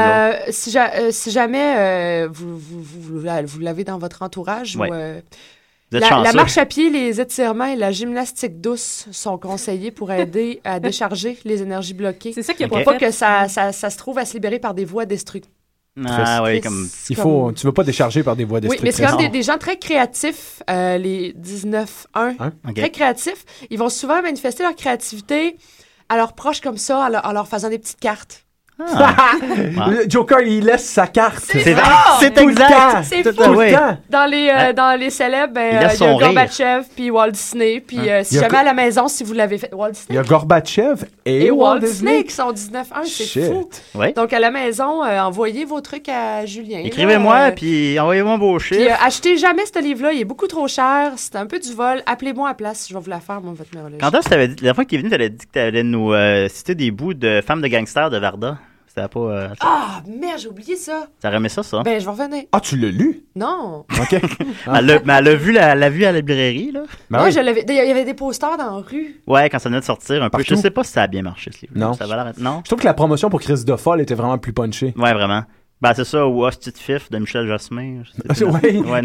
Si jamais vous l'avez dans votre entourage, La marche à pied, les étirements et la gymnastique douce sont conseillés pour aider à décharger les énergies bloquées. C'est ça qui a pour pas que ça se trouve à se libérer par des voies destructrices. Ah oui, comme... Tu veux pas décharger par des voies destructrices. Oui, mais c'est quand même des gens très créatifs, les 19-1, très créatifs. Ils vont souvent manifester leur créativité à leurs proches comme ça, en leur faisant des petites cartes. Le Joker, il laisse sa carte. C'est exact. C'est fou. Dans les célèbres, il y a Gorbatchev puis Walt Disney. Puis si jamais à la maison, si vous l'avez fait, Walt Disney. Il y a Gorbatchev et Walt Disney qui sont 19-1, c'est Shit. fou. Ouais. Donc à la maison, envoyez vos trucs à Julien. Écrivez-moi, puis envoyez-moi vos chiffres. Puis achetez jamais ce livre-là, il est beaucoup trop cher. C'est un peu du vol. Appelez-moi à la place, je vais vous la faire, moi, votre numérologie. Quand est-ce que t'avais dit, la fois que tu es venu, tu avais dit que tu allais nous citer des bouts de femmes de gangsters de Varda. C'était pas. Ah, merde, j'ai oublié ça. Ça remet ça? Ben, je vais revenir. Ah, tu l'as lu? Non. OK. Elle l'a vu à la librairie, là. Ben oui, je l'avais. Il y avait des posters dans la rue. Ouais, quand ça venait de sortir un peu. Partout. Je sais pas si ça a bien marché, ce livre. Non. Ça va non? Je trouve que la promotion pour Chris Duffol était vraiment plus punchée. Ouais, vraiment. Ben, c'est ça, ou Hostie de Fif de Michel Josselin. Ouais,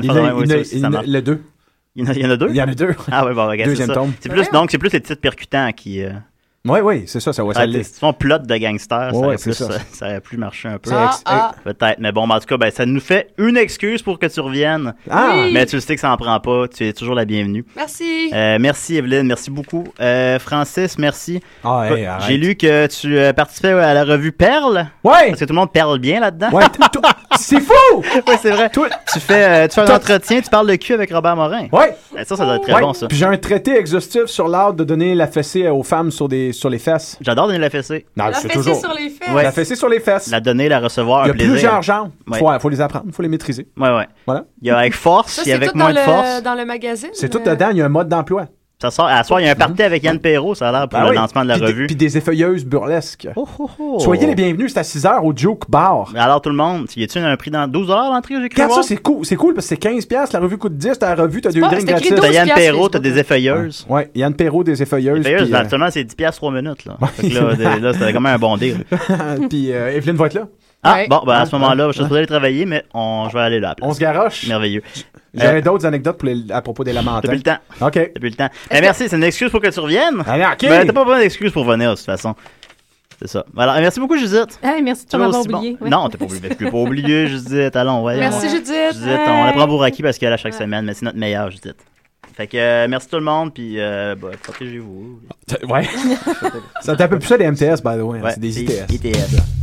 les deux. Il y en a deux? Il y en a deux. Ah ouais, bon, regarde, Deuxième tome. Donc, c'est plus les titres percutants qui... Oui, c'est ça. Si on plot de gangster, ça aurait plus marché un peu. Peut-être. Mais bon, en tout cas, ben, ça nous fait une excuse pour que tu reviennes. Oui. Mais tu le sais que ça en prend pas. Tu es toujours la bienvenue. Merci. Merci, Evelyne. Merci beaucoup. Francis, merci. J'ai lu que tu participais à la revue Perle. Ouais. Parce que tout le monde perle bien là-dedans. Ouais. C'est fou! Oui, c'est vrai. Tu fais un entretien, tu parles de cul avec Robert Morin. Ouais. Ça doit être très bon, ça. Puis j'ai un traité exhaustif sur l'art de donner la fessée aux femmes sur les fesses. J'adore donner la fessée. Non, la fessée sur les fesses. Ouais. La fessée sur les fesses. La donner, la recevoir, il y a plaisir. Plusieurs genres. Ouais. Faut les apprendre, faut les maîtriser. Ouais. Voilà. Il y a avec force, il y a avec moins de force. Dans le magazine. C'est tout dedans, il y a un mode d'emploi. Ça sort, à soir, il y a un party avec Yann Perrault, ça a l'air, pour le lancement de la revue. Puis des effeuilleuses burlesques. Soyez les bienvenus, c'est à 6h au Joke Bar. Alors tout le monde, y a-tu un prix dans 12$ l'entrée? Regarde ça, c'est cool parce que c'est 15$, la revue coûte 10$, t'as la revue, t'as 2 drinks gratuits. T'as Yann Perrault, t'as des effeuilleuses. Ouais, Yann Perrault, des effeuilleuses. Seulement c'est 10$ 3 minutes, là. Là, c'était quand même un bon deal. Puis Evelyne va être là. Bon, à ce moment-là, je suis supposé aller travailler, mais je vais aller là. On se garoche. Merveilleux. J'avais d'autres anecdotes à propos des lamentins. Depuis le temps. OK. Depuis le temps. Merci, c'est une excuse pour que tu reviennes. Allez, OK. Mais t'as pas besoin d'excuse pour venir, de toute façon. C'est ça. Alors, merci beaucoup, Judith. Merci de m'avoir oublié. Bon. Non, t'es pas oublié, Judith. Allons, ouais. Merci, Judith. On la prend pour acquis parce qu'elle est là chaque semaine, mais c'est notre meilleure, Judith. Fait que merci tout le monde, puis protégez-vous. Ouais. C'est un peu plus ça des MTS, by the way. Ouais, c'est des ITS. ITS.